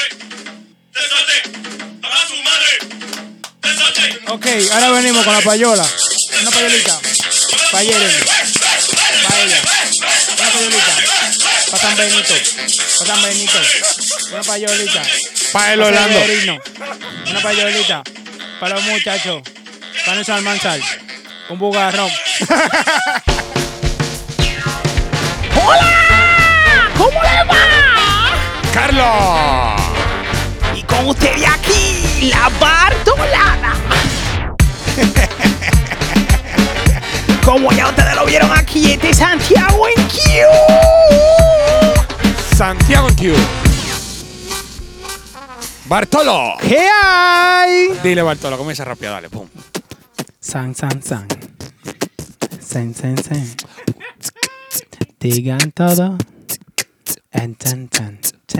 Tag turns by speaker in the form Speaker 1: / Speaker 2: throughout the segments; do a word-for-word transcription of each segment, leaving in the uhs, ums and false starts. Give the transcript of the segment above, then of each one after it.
Speaker 1: Ok, ahora venimos con la payola. Una payolita. Para Jeremy. Para ella. Una payolita. Para San Benito. Para San Benito. Una payolita.
Speaker 2: Para el Orlando.
Speaker 1: Una payolita. Para los muchachos. Para Nelson Almanzar. Un bugarrón.
Speaker 3: ¡Hola! ¿Cómo le va?
Speaker 2: ¡Carlos!
Speaker 3: Y con usted de aquí, la Bartolana. Como ya ustedes lo vieron aquí, este es Santiago en Q.
Speaker 2: Santiago en Q. Bartolo.
Speaker 1: ¿Qué hay?
Speaker 2: Dile, Bartolo, comienza rápido, dale, pum.
Speaker 1: San, san, san. San, san, san. Digan todo. En tan, tan.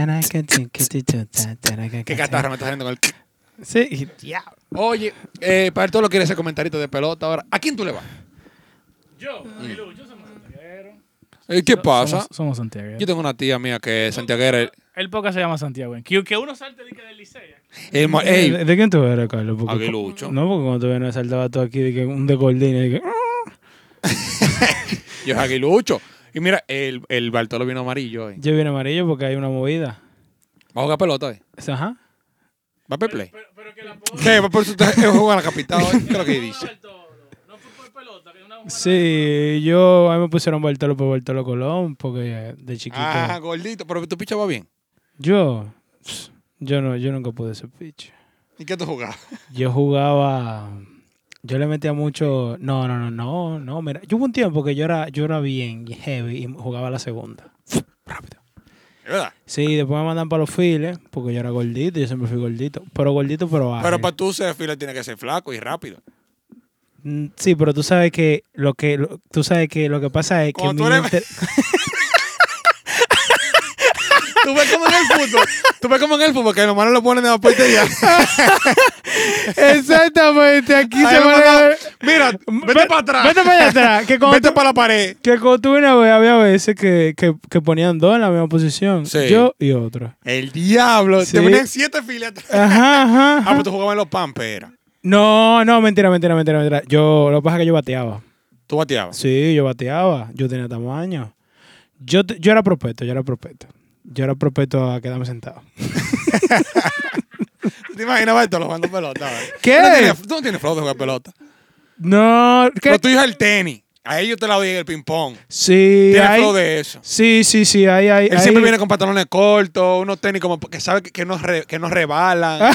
Speaker 2: ¿Qué catarra me estás haciendo con el...
Speaker 1: Sí, ya.
Speaker 2: Oye, eh, Bartolo quiere hacer comentarito de pelota ahora. ¿A quién tú le vas?
Speaker 4: Yo, Aguilucho, yo somos santiagueros.
Speaker 2: Eh, ¿Qué pasa?
Speaker 4: Somos, somos santiagueros.
Speaker 2: Yo tengo una tía mía que es santiaguera.
Speaker 4: El, el podcast se llama Santiago. Que, que uno salte de que del liceo.
Speaker 2: El, mo- ey,
Speaker 1: ¿De, ¿De quién tú eres, Carlos? Porque,
Speaker 2: Aguilucho.
Speaker 1: No, porque cuando tú vienes saltaba tú aquí de que un de gordina y de que...
Speaker 2: Yo es aguilucho. Y mira, el, el Bartolo vino amarillo hoy.
Speaker 1: Yo vine amarillo porque hay una movida.
Speaker 2: ¿Va a jugar pelota hoy?
Speaker 1: Ajá.
Speaker 2: ¿Va a per play?
Speaker 4: Pero, pero que la pobre...
Speaker 2: ¿Qué? ¿Por eso usted juega a la capital hoy? ¿Qué es lo que dice?
Speaker 4: No fue por pelota, que una jugada-
Speaker 1: Sí, yo a mí me pusieron Bartolo por Bartolo Colón porque de chiquito.
Speaker 2: Ah, gordito. Pero tu picha va bien.
Speaker 1: Yo, yo no, yo nunca pude ser pitcher.
Speaker 2: ¿Y qué tú jugabas?
Speaker 1: Yo jugaba, yo le metía mucho, no, no, no, no, no, mira, yo hubo un tiempo que yo era, yo era bien heavy y jugaba la segunda, rápido.
Speaker 2: ¿Es verdad?
Speaker 1: Sí, después me mandan para los files porque yo era gordito, yo siempre fui gordito, pero gordito, pero ágil.
Speaker 2: Pero para tú ser fila tiene que ser flaco y rápido.
Speaker 1: Mm, Sí, pero tú sabes que lo que, lo- tú sabes que lo que pasa es que
Speaker 2: Cuando
Speaker 1: mi
Speaker 2: tú eres-
Speaker 1: inter-
Speaker 2: Tú ves como en el fútbol. Tú ves como en el fútbol que los manos lo ponen en la portería.
Speaker 1: Exactamente, aquí
Speaker 2: Ahí
Speaker 1: se
Speaker 2: lo
Speaker 1: van a
Speaker 2: mandan-
Speaker 1: ver.
Speaker 2: Mira, vete para atrás.
Speaker 1: Vete para allá atrás. Que cuando
Speaker 2: Vete
Speaker 1: tú-
Speaker 2: para la pared.
Speaker 1: Que cuando tú vienes a ver, había veces que, que, que ponían dos en la misma posición.
Speaker 2: Sí.
Speaker 1: Yo y otro.
Speaker 2: El diablo.
Speaker 1: Sí.
Speaker 2: Te ponían siete filas atrás.
Speaker 1: Ajá, ajá.
Speaker 2: Ah,
Speaker 1: ajá.
Speaker 2: pues tú jugabas en los Pampers, era.
Speaker 1: No, no, mentira, mentira, mentira, mentira. Yo, lo que pasa es que yo bateaba.
Speaker 2: Tú bateabas.
Speaker 1: Sí, yo bateaba. Yo tenía tamaño. Yo, te- yo era prospecto, yo era prospecto. Yo era prospecto a quedarme sentado.
Speaker 2: ¿Tú te imaginas Bartolo jugando pelota? ¿Vale?
Speaker 1: ¿Qué?
Speaker 2: Tú no tienes, tú no tienes flow de jugar pelota.
Speaker 1: No, ¿qué?
Speaker 2: Pero tú es el tenis. A ellos te la doy en el ping-pong.
Speaker 1: Sí,
Speaker 2: Tienes
Speaker 1: hay-
Speaker 2: flow de eso.
Speaker 1: sí, sí, sí, ahí, ahí.
Speaker 2: Él siempre viene con pantalones cortos, unos tenis como que sabe que, que, no, re- que no rebalan.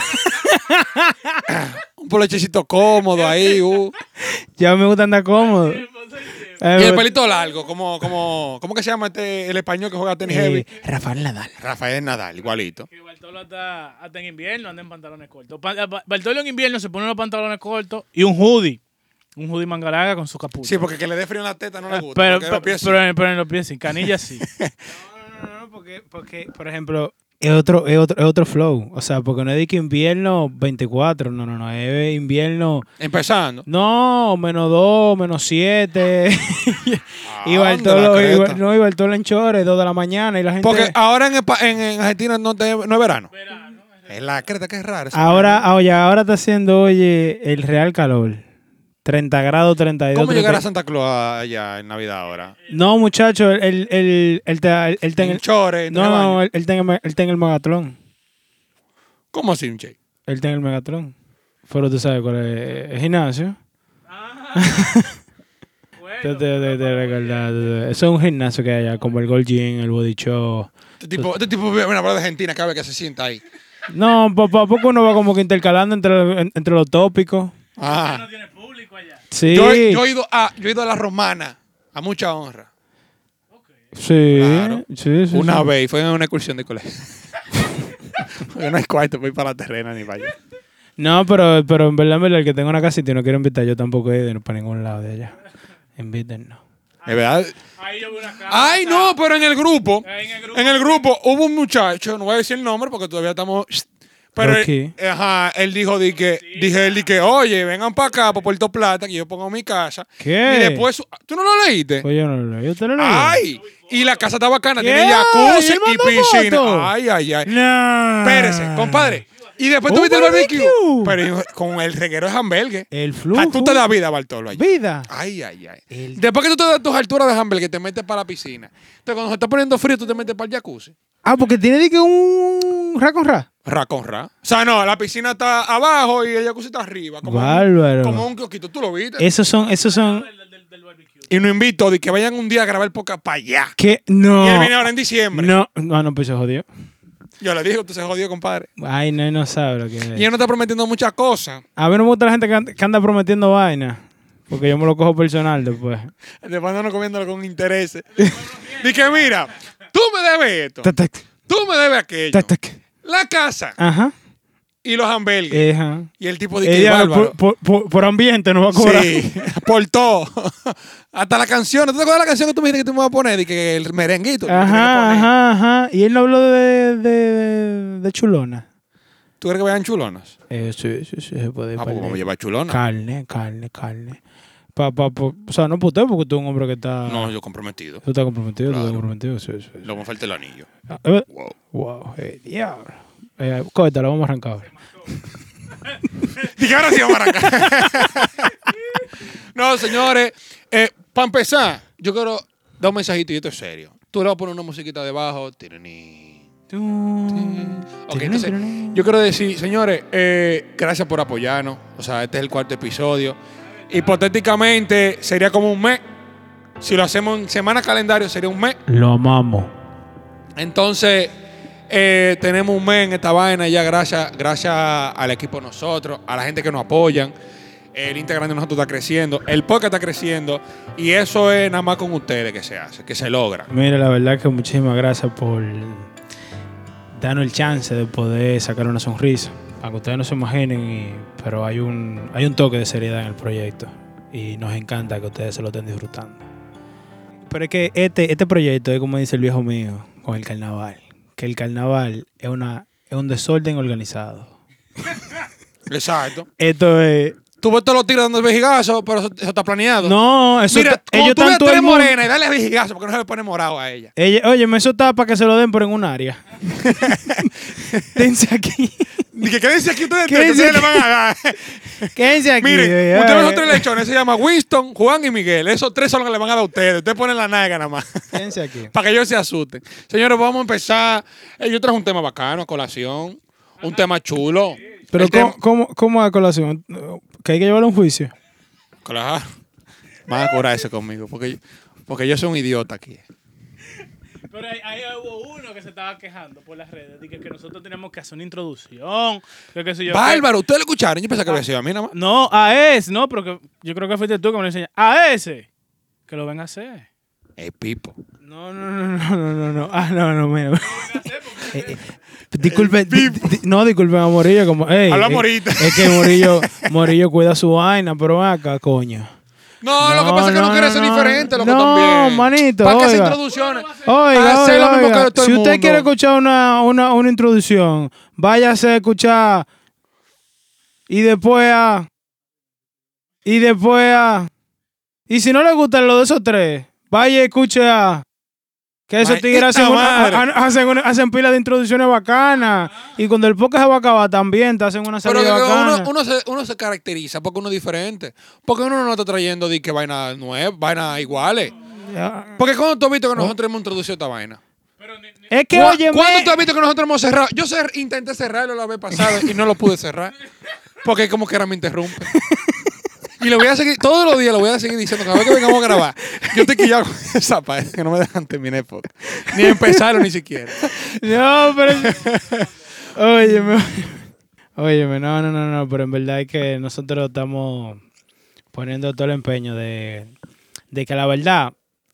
Speaker 2: Un polochecito cómodo ahí. Uh.
Speaker 1: Ya me gusta andar cómodo. Eh,
Speaker 2: Y el pelito largo, como, como, ¿cómo que se llama este, el español que juega tenis heavy?
Speaker 1: eh, Rafael Nadal.
Speaker 2: Rafael Nadal, igualito.
Speaker 4: Que Bartolo hasta, hasta en invierno anda en pantalones cortos. Pa- Ba- Bartolo en invierno se pone unos pantalones cortos y un hoodie. Un hoodie manga larga con su capucha.
Speaker 2: Sí, porque que le dé frío en la teta no le
Speaker 4: Ah,
Speaker 2: gusta.
Speaker 4: pero,
Speaker 2: porque los
Speaker 4: pero,
Speaker 2: pies sí.
Speaker 4: pero en- pero en los pies sí, canillas sí.
Speaker 1: No, no, no, porque, porque, por ejemplo, es otro, es otro, es otro flow. O sea, porque no es de que invierno veinticuatro, no, no, no, es invierno,
Speaker 2: Empezando.
Speaker 1: no, menos dos, menos siete. y
Speaker 2: Ah,
Speaker 1: Bartolo,
Speaker 2: ¿dónde la
Speaker 1: y,
Speaker 2: cresta?
Speaker 1: no, y Bartolo en chores, dos de la mañana y la gente...
Speaker 2: Porque ahora en, Espa- en, en Argentina no, te- no es verano. Es la creta que es rara. esa
Speaker 1: Ahora,
Speaker 2: vaina.
Speaker 1: oye, ahora está haciendo, oye, el real calor. treinta grados, treinta y dos.
Speaker 2: ¿Cómo llegar a
Speaker 1: treinta
Speaker 2: Santa Claus allá en Navidad ahora?
Speaker 1: No, muchacho, él, él, él, él, está- él está en
Speaker 2: En
Speaker 1: el...
Speaker 2: chores, en
Speaker 1: No,
Speaker 2: traje de
Speaker 1: no,
Speaker 2: baño.
Speaker 1: él, él está en el, él está en el Megatlón.
Speaker 2: ¿Cómo así, un che?
Speaker 1: Él está en el Megatlón. Pero tú sabes cuál es el gimnasio. Te, te, te, te recordás, te- Eso es un gimnasio que hay allá, como el Gold Gym, el Body Show.
Speaker 2: Este tipo, este tipo viene a hablar de Argentina cada vez que se sienta ahí.
Speaker 1: No, poco a poco uno va como que intercalando entre, en- entre los tópicos.
Speaker 2: Ah.
Speaker 4: No tiene público allá.
Speaker 1: Sí.
Speaker 2: Yo, he- yo he ido a, yo he ido a la Romana, a mucha honra.
Speaker 1: Sí,
Speaker 2: Claro.
Speaker 1: sí, sí.
Speaker 2: Una
Speaker 1: sí.
Speaker 2: vez, y fue en una excursión de colegio. Porque no hay cuarto para ir para la terrena ni para allá.
Speaker 1: No, pero, pero en verdad, en verdad, el que tenga una casita y no quiero invitar, yo tampoco he ido para ningún lado de allá. Invítennos.
Speaker 2: Es verdad.
Speaker 4: Ahí yo vi una casa.
Speaker 2: Ay, no, pero en el grupo,
Speaker 4: En el grupo.
Speaker 2: en el grupo hubo un muchacho, no voy a decir el nombre porque todavía estamos, Pero
Speaker 1: Rocky.
Speaker 2: él, ajá, él dijo, di que, dije él, di que, oye, vengan para acá, para Puerto Plata, que yo pongo mi casa.
Speaker 1: ¿Qué?
Speaker 2: Y después, ¿tú no lo leíste?
Speaker 1: Pues yo no lo leí. ¿Usted lo leyó?
Speaker 2: ¡Ay! Y la casa está bacana,
Speaker 1: ¿Qué?
Speaker 2: tiene
Speaker 1: ¿Y
Speaker 2: jacuzzi
Speaker 1: él
Speaker 2: y
Speaker 1: mandó
Speaker 2: piscina.
Speaker 1: foto?
Speaker 2: Ay, ay, ay.
Speaker 1: No.
Speaker 2: Espérese, compadre. Y después
Speaker 1: Un
Speaker 2: tuviste el barbecue.
Speaker 1: barbecue.
Speaker 2: Pero con el reguero de hamburgues.
Speaker 1: El flujo.
Speaker 2: Ah, tú te das vida, Bartolo. allí.
Speaker 1: Vida.
Speaker 2: Ay, ay, ay.
Speaker 1: El-
Speaker 2: Después que tú te das tus alturas de hamburgues, te metes para la piscina. Entonces, cuando se está poniendo frío, tú te metes para el jacuzzi.
Speaker 1: Ah, porque tiene de que un ra con ra.
Speaker 2: Ra con ra. O sea, no, la piscina está abajo y el jacuzzi está arriba. Como
Speaker 1: Bárbaro.
Speaker 2: Un, como un kiosquito. ¿Tú lo viste?
Speaker 1: Esos son, esos son.
Speaker 2: Y no invito de que vayan un día a grabar podcast para allá.
Speaker 1: ¿Qué? No.
Speaker 2: Y él viene ahora en diciembre.
Speaker 1: No, no, no, pues se jodió.
Speaker 2: Yo le dije, usted se jodió, compadre.
Speaker 1: Ay, no, no sabe lo que
Speaker 2: Y
Speaker 1: es.
Speaker 2: él no está prometiendo muchas cosas.
Speaker 1: A mí no me gusta la gente que anda, que anda prometiendo vaina. Porque yo me lo cojo personal después.
Speaker 2: Después andan comiéndolo con interés. Dije, mira, tú me debes esto.
Speaker 1: Tac, tac,
Speaker 2: Tú me debes aquello.
Speaker 1: tac, tac.
Speaker 2: La casa
Speaker 1: Ajá.
Speaker 2: y los hamburgues.
Speaker 1: Ajá.
Speaker 2: Y el tipo de que
Speaker 1: Ella
Speaker 2: bárbaro.
Speaker 1: por, por, por, por ambiente nos va a cobrar.
Speaker 2: Sí, por todo. Hasta la canción. ¿Tú te acuerdas de la canción que tú me dijiste que tú me vas a poner? Y que el merenguito. que tú tienes que
Speaker 1: Ajá,
Speaker 2: poner.
Speaker 1: ajá, ajá. Y él no habló de, de, de chulona.
Speaker 2: ¿Tú crees que vayan chulonas?
Speaker 1: Eh, sí, sí, sí, se puede.
Speaker 2: Ah, pues
Speaker 1: par de-
Speaker 2: vamos a llevar chulonas.
Speaker 1: Carne, carne, carne. Pa, pa, pa- o sea, no para usted porque tú eres un hombre que está...
Speaker 2: No, yo comprometido.
Speaker 1: Tú estás comprometido, tú
Speaker 2: Claro.
Speaker 1: estás comprometido. Sí, sí, sí.
Speaker 2: Luego me falta el anillo.
Speaker 1: Ah, eh,
Speaker 2: Wow.
Speaker 1: wow, eh, diablo. Eh, córtalo, vamos a arrancar ahora.
Speaker 2: Dije, ahora sí vamos a arrancar. No, señores. Eh, para empezar, yo quiero dar un mensajito y esto es serio. Tú le vas a poner una musiquita debajo. Tirani. Ok, entonces, yo quiero decir, señores, eh, gracias por apoyarnos. O sea, este es el cuarto episodio. Hipotéticamente, sería como un mes. Si lo hacemos en semana calendario, sería un mes.
Speaker 1: Lo amamos.
Speaker 2: Entonces, eh, tenemos un mes en esta vaina ya gracias, gracias al equipo de nosotros, a la gente que nos apoyan. El Instagram de nosotros está creciendo, el podcast está creciendo y eso es nada más con ustedes que se hace, que se logra.
Speaker 1: Mira, la verdad que muchísimas gracias por darnos el chance de poder sacar una sonrisa. Aunque ustedes no se imaginen, y- pero hay un, hay un toque de seriedad en el proyecto y nos encanta que ustedes se lo estén disfrutando. Pero es que este, este proyecto es como dice el viejo mío con el carnaval, que el carnaval es, una, es un desorden organizado.
Speaker 2: Exacto.
Speaker 1: Esto es...
Speaker 2: Tú ves todos los tiros dando vejigazos, pero eso, eso está planeado.
Speaker 1: No, eso
Speaker 2: Mira,
Speaker 1: está-
Speaker 2: como
Speaker 1: ellos
Speaker 2: tú ves
Speaker 1: están todo
Speaker 2: tres
Speaker 1: el mundo...
Speaker 2: morenas y dale vejigazo porque no se le pone morado a ella.
Speaker 1: Ella, oye, eso está para que se lo den por en un área. Dense aquí.
Speaker 2: Dije, quédense aquí ustedes, que
Speaker 1: Quédense
Speaker 2: ustedes le
Speaker 1: aquí.
Speaker 2: van a dar.
Speaker 1: Quédense aquí.
Speaker 2: Miren,
Speaker 1: eh,
Speaker 2: ustedes
Speaker 1: eh.
Speaker 2: esos tres lechones, se llama Winston, Juan y Miguel. Esos tres son los que le van a dar a ustedes. Ustedes ponen la nalga nada más.
Speaker 1: Quédense aquí.
Speaker 2: Para que ellos se asusten. Señores, vamos a empezar. Eh, yo traje un tema bacano a colación. Un tema chulo.
Speaker 1: Pero
Speaker 2: El
Speaker 1: ¿cómo,
Speaker 2: tema-
Speaker 1: cómo, ¿cómo a colación? ¿Que hay que llevarlo a un juicio?
Speaker 2: Claro. Van a curarse conmigo. Porque, porque yo soy un idiota aquí.
Speaker 4: Pero ahí, ahí hubo uno que se estaba quejando por las redes. Dije que nosotros teníamos que hacer una introducción. Que qué sé yo,
Speaker 2: Bárbaro, ¿ustedes lo escucharon? Yo pensé que había sido a mí nada más.
Speaker 4: que- No, a ese, no, pero que yo creo que fuiste tú que me lo enseñaste. A ese, que lo ven a hacer.
Speaker 2: Eh, Pipo.
Speaker 1: No, no, no, no, no, no, no. Ah, no, no, mira. Eh, eh, disculpe, di- di- no, disculpen a Morillo. Como, ey,
Speaker 2: Habla
Speaker 1: eh,
Speaker 2: Morita.
Speaker 1: Es que Morillo, Morillo cuida su vaina, pero ven acá, coño.
Speaker 2: No, lo que pasa es que no,
Speaker 1: no,
Speaker 2: quiere
Speaker 1: no,
Speaker 2: ser
Speaker 1: no.
Speaker 2: diferente, loco,
Speaker 1: No,
Speaker 2: también.
Speaker 1: manito,
Speaker 2: Para que hacer
Speaker 1: oiga.
Speaker 2: introducciones.
Speaker 1: Oiga,
Speaker 2: Hacer lo
Speaker 1: oiga,
Speaker 2: mismo
Speaker 1: oiga.
Speaker 2: que todo
Speaker 1: Si
Speaker 2: el
Speaker 1: usted
Speaker 2: mundo.
Speaker 1: quiere escuchar una, una, una introducción, váyase a escuchar y después a... Y después a... Y si no le gustan los de esos tres, vaya y escuche a... Que esos
Speaker 2: Maldita
Speaker 1: tigres hacen, una-
Speaker 2: madre.
Speaker 1: ha- hacen, una- hacen pilas de introducciones bacanas. Y cuando el podcast se va a acabar también te hacen una
Speaker 2: Pero
Speaker 1: serie
Speaker 2: que
Speaker 1: bacana.
Speaker 2: uno, uno, se, uno se caracteriza porque uno es diferente. Porque uno no está trayendo de que vaina nueva, vaina iguales.
Speaker 1: Ya.
Speaker 2: Porque cuando tú has visto que nosotros hemos introducido esta vaina.
Speaker 1: Es que,
Speaker 2: ¿Cu-
Speaker 1: oye,
Speaker 2: ¿Cuándo tú has visto que nosotros hemos cerrado? Yo cer- intenté cerrarlo la vez pasada y no lo pude cerrar. Porque como que ahora me interrumpe. Y le voy a seguir, todos los días le voy a seguir diciendo, cada vez que vengamos a grabar, yo estoy quillado con esa parte, que no me dejan terminar el podcast. Ni empezarlo ni siquiera.
Speaker 1: No, pero... Óyeme, óyeme, no, no, no, no, pero en verdad es que nosotros estamos poniendo todo el empeño de, de que la verdad...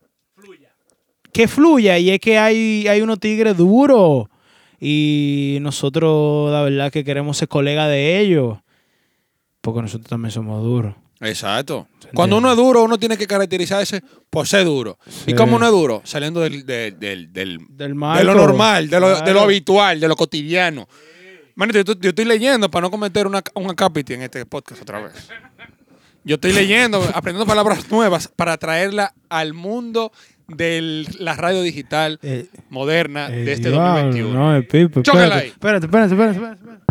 Speaker 1: Que fluya, y es que hay, hay unos tigres duros y nosotros la verdad que queremos ser colegas de ellos porque nosotros también somos duros.
Speaker 2: Exacto. Cuando uno es duro, uno tiene que caracterizarse por ser duro.
Speaker 1: Sí.
Speaker 2: ¿Y cómo uno es duro? Saliendo del, del, del, del-
Speaker 1: Del
Speaker 2: de
Speaker 1: marco.
Speaker 2: lo normal, de lo, de lo
Speaker 1: Claro.
Speaker 2: habitual, de lo cotidiano. Manito, yo, estoy- yo estoy leyendo para no cometer una, un acápite en este podcast otra vez. Yo estoy leyendo, aprendiendo palabras nuevas para traerla al mundo de la radio digital
Speaker 3: Eh,
Speaker 2: moderna
Speaker 3: El
Speaker 2: de este
Speaker 3: diablo,
Speaker 2: dos mil veintiuno.
Speaker 3: No, el Pipo.
Speaker 2: Chócala ahí.
Speaker 3: Espérate, espérate, espérate, espérate, espérate.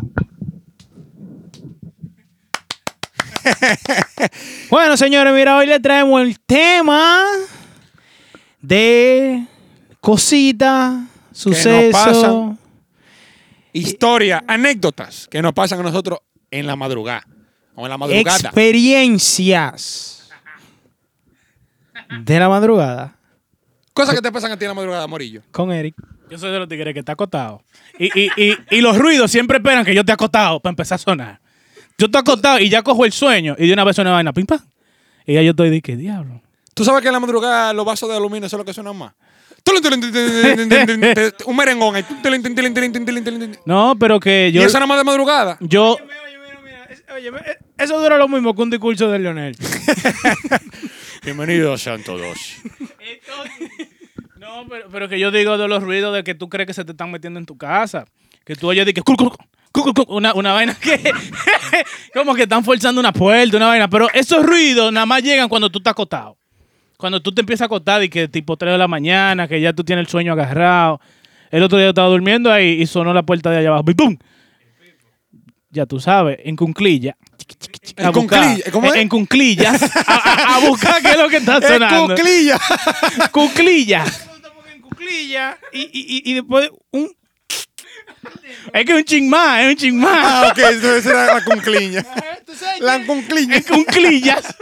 Speaker 3: Bueno, señores, mira, hoy le traemos el tema de cositas, sucesos.
Speaker 2: pasan. Historia, anécdotas que nos pasan a nosotros en la madrugada o en la madrugada.
Speaker 3: Experiencias de la madrugada
Speaker 2: Cosas que te pasan a ti en la madrugada, Morillo.
Speaker 3: con Eric.
Speaker 4: Yo soy de los tigres que está acostado. Y, y, y, y los ruidos siempre esperan que yo esté acostado para empezar a sonar. Yo estoy acostado y ya cojo el sueño y de una vez suena vaina, pim pam. Y ya yo estoy de qué diablo.
Speaker 2: ¿Tú sabes que en la madrugada los vasos de aluminio son los que suenan más? Un merengón ahí.
Speaker 4: No, pero que
Speaker 2: Y
Speaker 4: yo.
Speaker 2: eso nada más de madrugada.
Speaker 4: Yo.
Speaker 3: Oye, eso dura lo mismo que un discurso de Leonel.
Speaker 2: Bienvenidos sean todos.
Speaker 4: No, pero, pero que yo digo de los ruidos de que tú crees que se te están metiendo en tu casa. Que tú oyes de que. Cul, cul, cul, cul, una, una vaina que. Como que están forzando una puerta, una vaina. Pero esos ruidos nada más llegan cuando tú estás acostado. Cuando tú te empiezas a acostar y que tipo tres de la mañana, que ya tú tienes el sueño agarrado. El otro día yo estaba durmiendo ahí y sonó la puerta de allá abajo. ¡Pum! Ya tú sabes, en cunclilla.
Speaker 2: En
Speaker 4: A buscar-
Speaker 2: cunclilla, ¿cómo es?
Speaker 4: En, en cunclillas. A, a- a buscar qué es lo que está
Speaker 2: ¡Es
Speaker 4: sonando.
Speaker 2: cuclilla!
Speaker 4: Cuclilla.
Speaker 3: En cuclilla y, y, y, y después un...
Speaker 4: Es que es un ching más, es un ching más.
Speaker 2: Ah, ok, entonces era la cunclilla. La cunclilla.
Speaker 4: En cunclillas.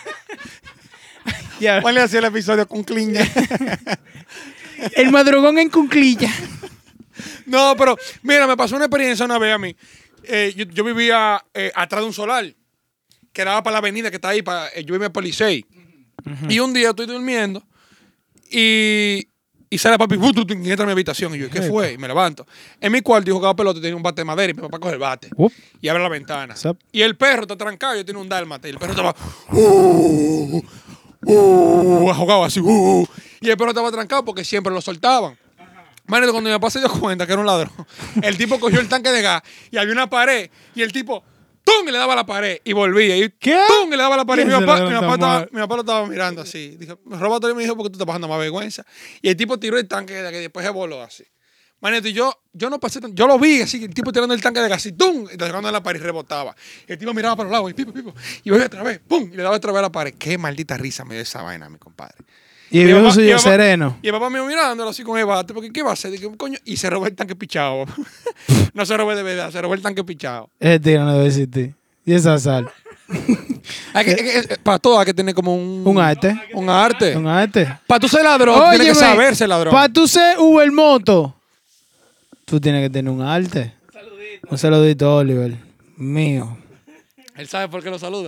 Speaker 3: Ya,
Speaker 2: Ponle así el episodio cunclilla.
Speaker 3: el madrugón en cuclilla.
Speaker 2: No, pero mira, me pasó una experiencia una vez a mí. Eh, yo, yo vivía eh, atrás de un solar que daba para la avenida que está ahí. Para, eh, yo vivía por Licey. Y un día estoy durmiendo y, y sale papi ¡bum! Y entra a mi habitación. Y yo, ¿qué fue? Y me levanto. En mi cuarto yo jugaba pelota y tenía un bate de madera y mi papá coge el bate.
Speaker 3: Up.
Speaker 2: Y abre la ventana.
Speaker 3: Sup.
Speaker 2: Y el perro está trancado. Yo tenía un dálmata. Y el perro estaba. Uh, uh, jugaba así. Uh, y el perro estaba trancado porque siempre lo soltaban. Manito, cuando mi papá se dio cuenta que era un ladrón, el tipo cogió el tanque de gas y había una pared y el tipo ¡tum! Y le daba la pared y volvía. Y
Speaker 3: ¿Qué?
Speaker 2: ¡tum! Y le daba la pared. Y mi
Speaker 3: ¿Quién se
Speaker 2: papá,
Speaker 3: la
Speaker 2: mi,
Speaker 3: levanta
Speaker 2: papá estaba,
Speaker 3: más?
Speaker 2: mi papá lo estaba mirando así. Dije, roba todo y me dijo, porque tú estás pasando más vergüenza. Y el tipo tiró el tanque de gas y después se voló así. Manito, y yo, yo no pasé tan, yo lo vi así, el tipo tirando el tanque de gas y ¡tum! Y tocando en la pared y rebotaba. Y el tipo miraba para los lados y pipo, pipo. Y volvía otra vez, ¡pum! Y le daba otra vez a la pared. Qué maldita risa me dio esa vaina, mi compadre.
Speaker 3: Y el
Speaker 2: mi
Speaker 3: viejo
Speaker 2: papá- mi
Speaker 3: suyo
Speaker 2: papá-
Speaker 3: sereno.
Speaker 2: Y el papá mío mirándolo así con el bate, porque ¿qué va a hacer? Dije, coño, y se robó el tanque pichado. No se robó de verdad, se robó el tanque pichado.
Speaker 3: Ese tiro no debe existir. Y esa sal.
Speaker 2: Hay que, hay que- es- para todo hay que tener como un...
Speaker 3: Un arte.
Speaker 2: Un arte.
Speaker 3: Un arte.
Speaker 2: Para tú ser ladrón, tienes que saber ser ladrón.
Speaker 3: Para tú ser Uber Moto, tú tienes que tener un arte. Un saludito, Oliver. Mío.
Speaker 2: Él sabe por qué lo saluda.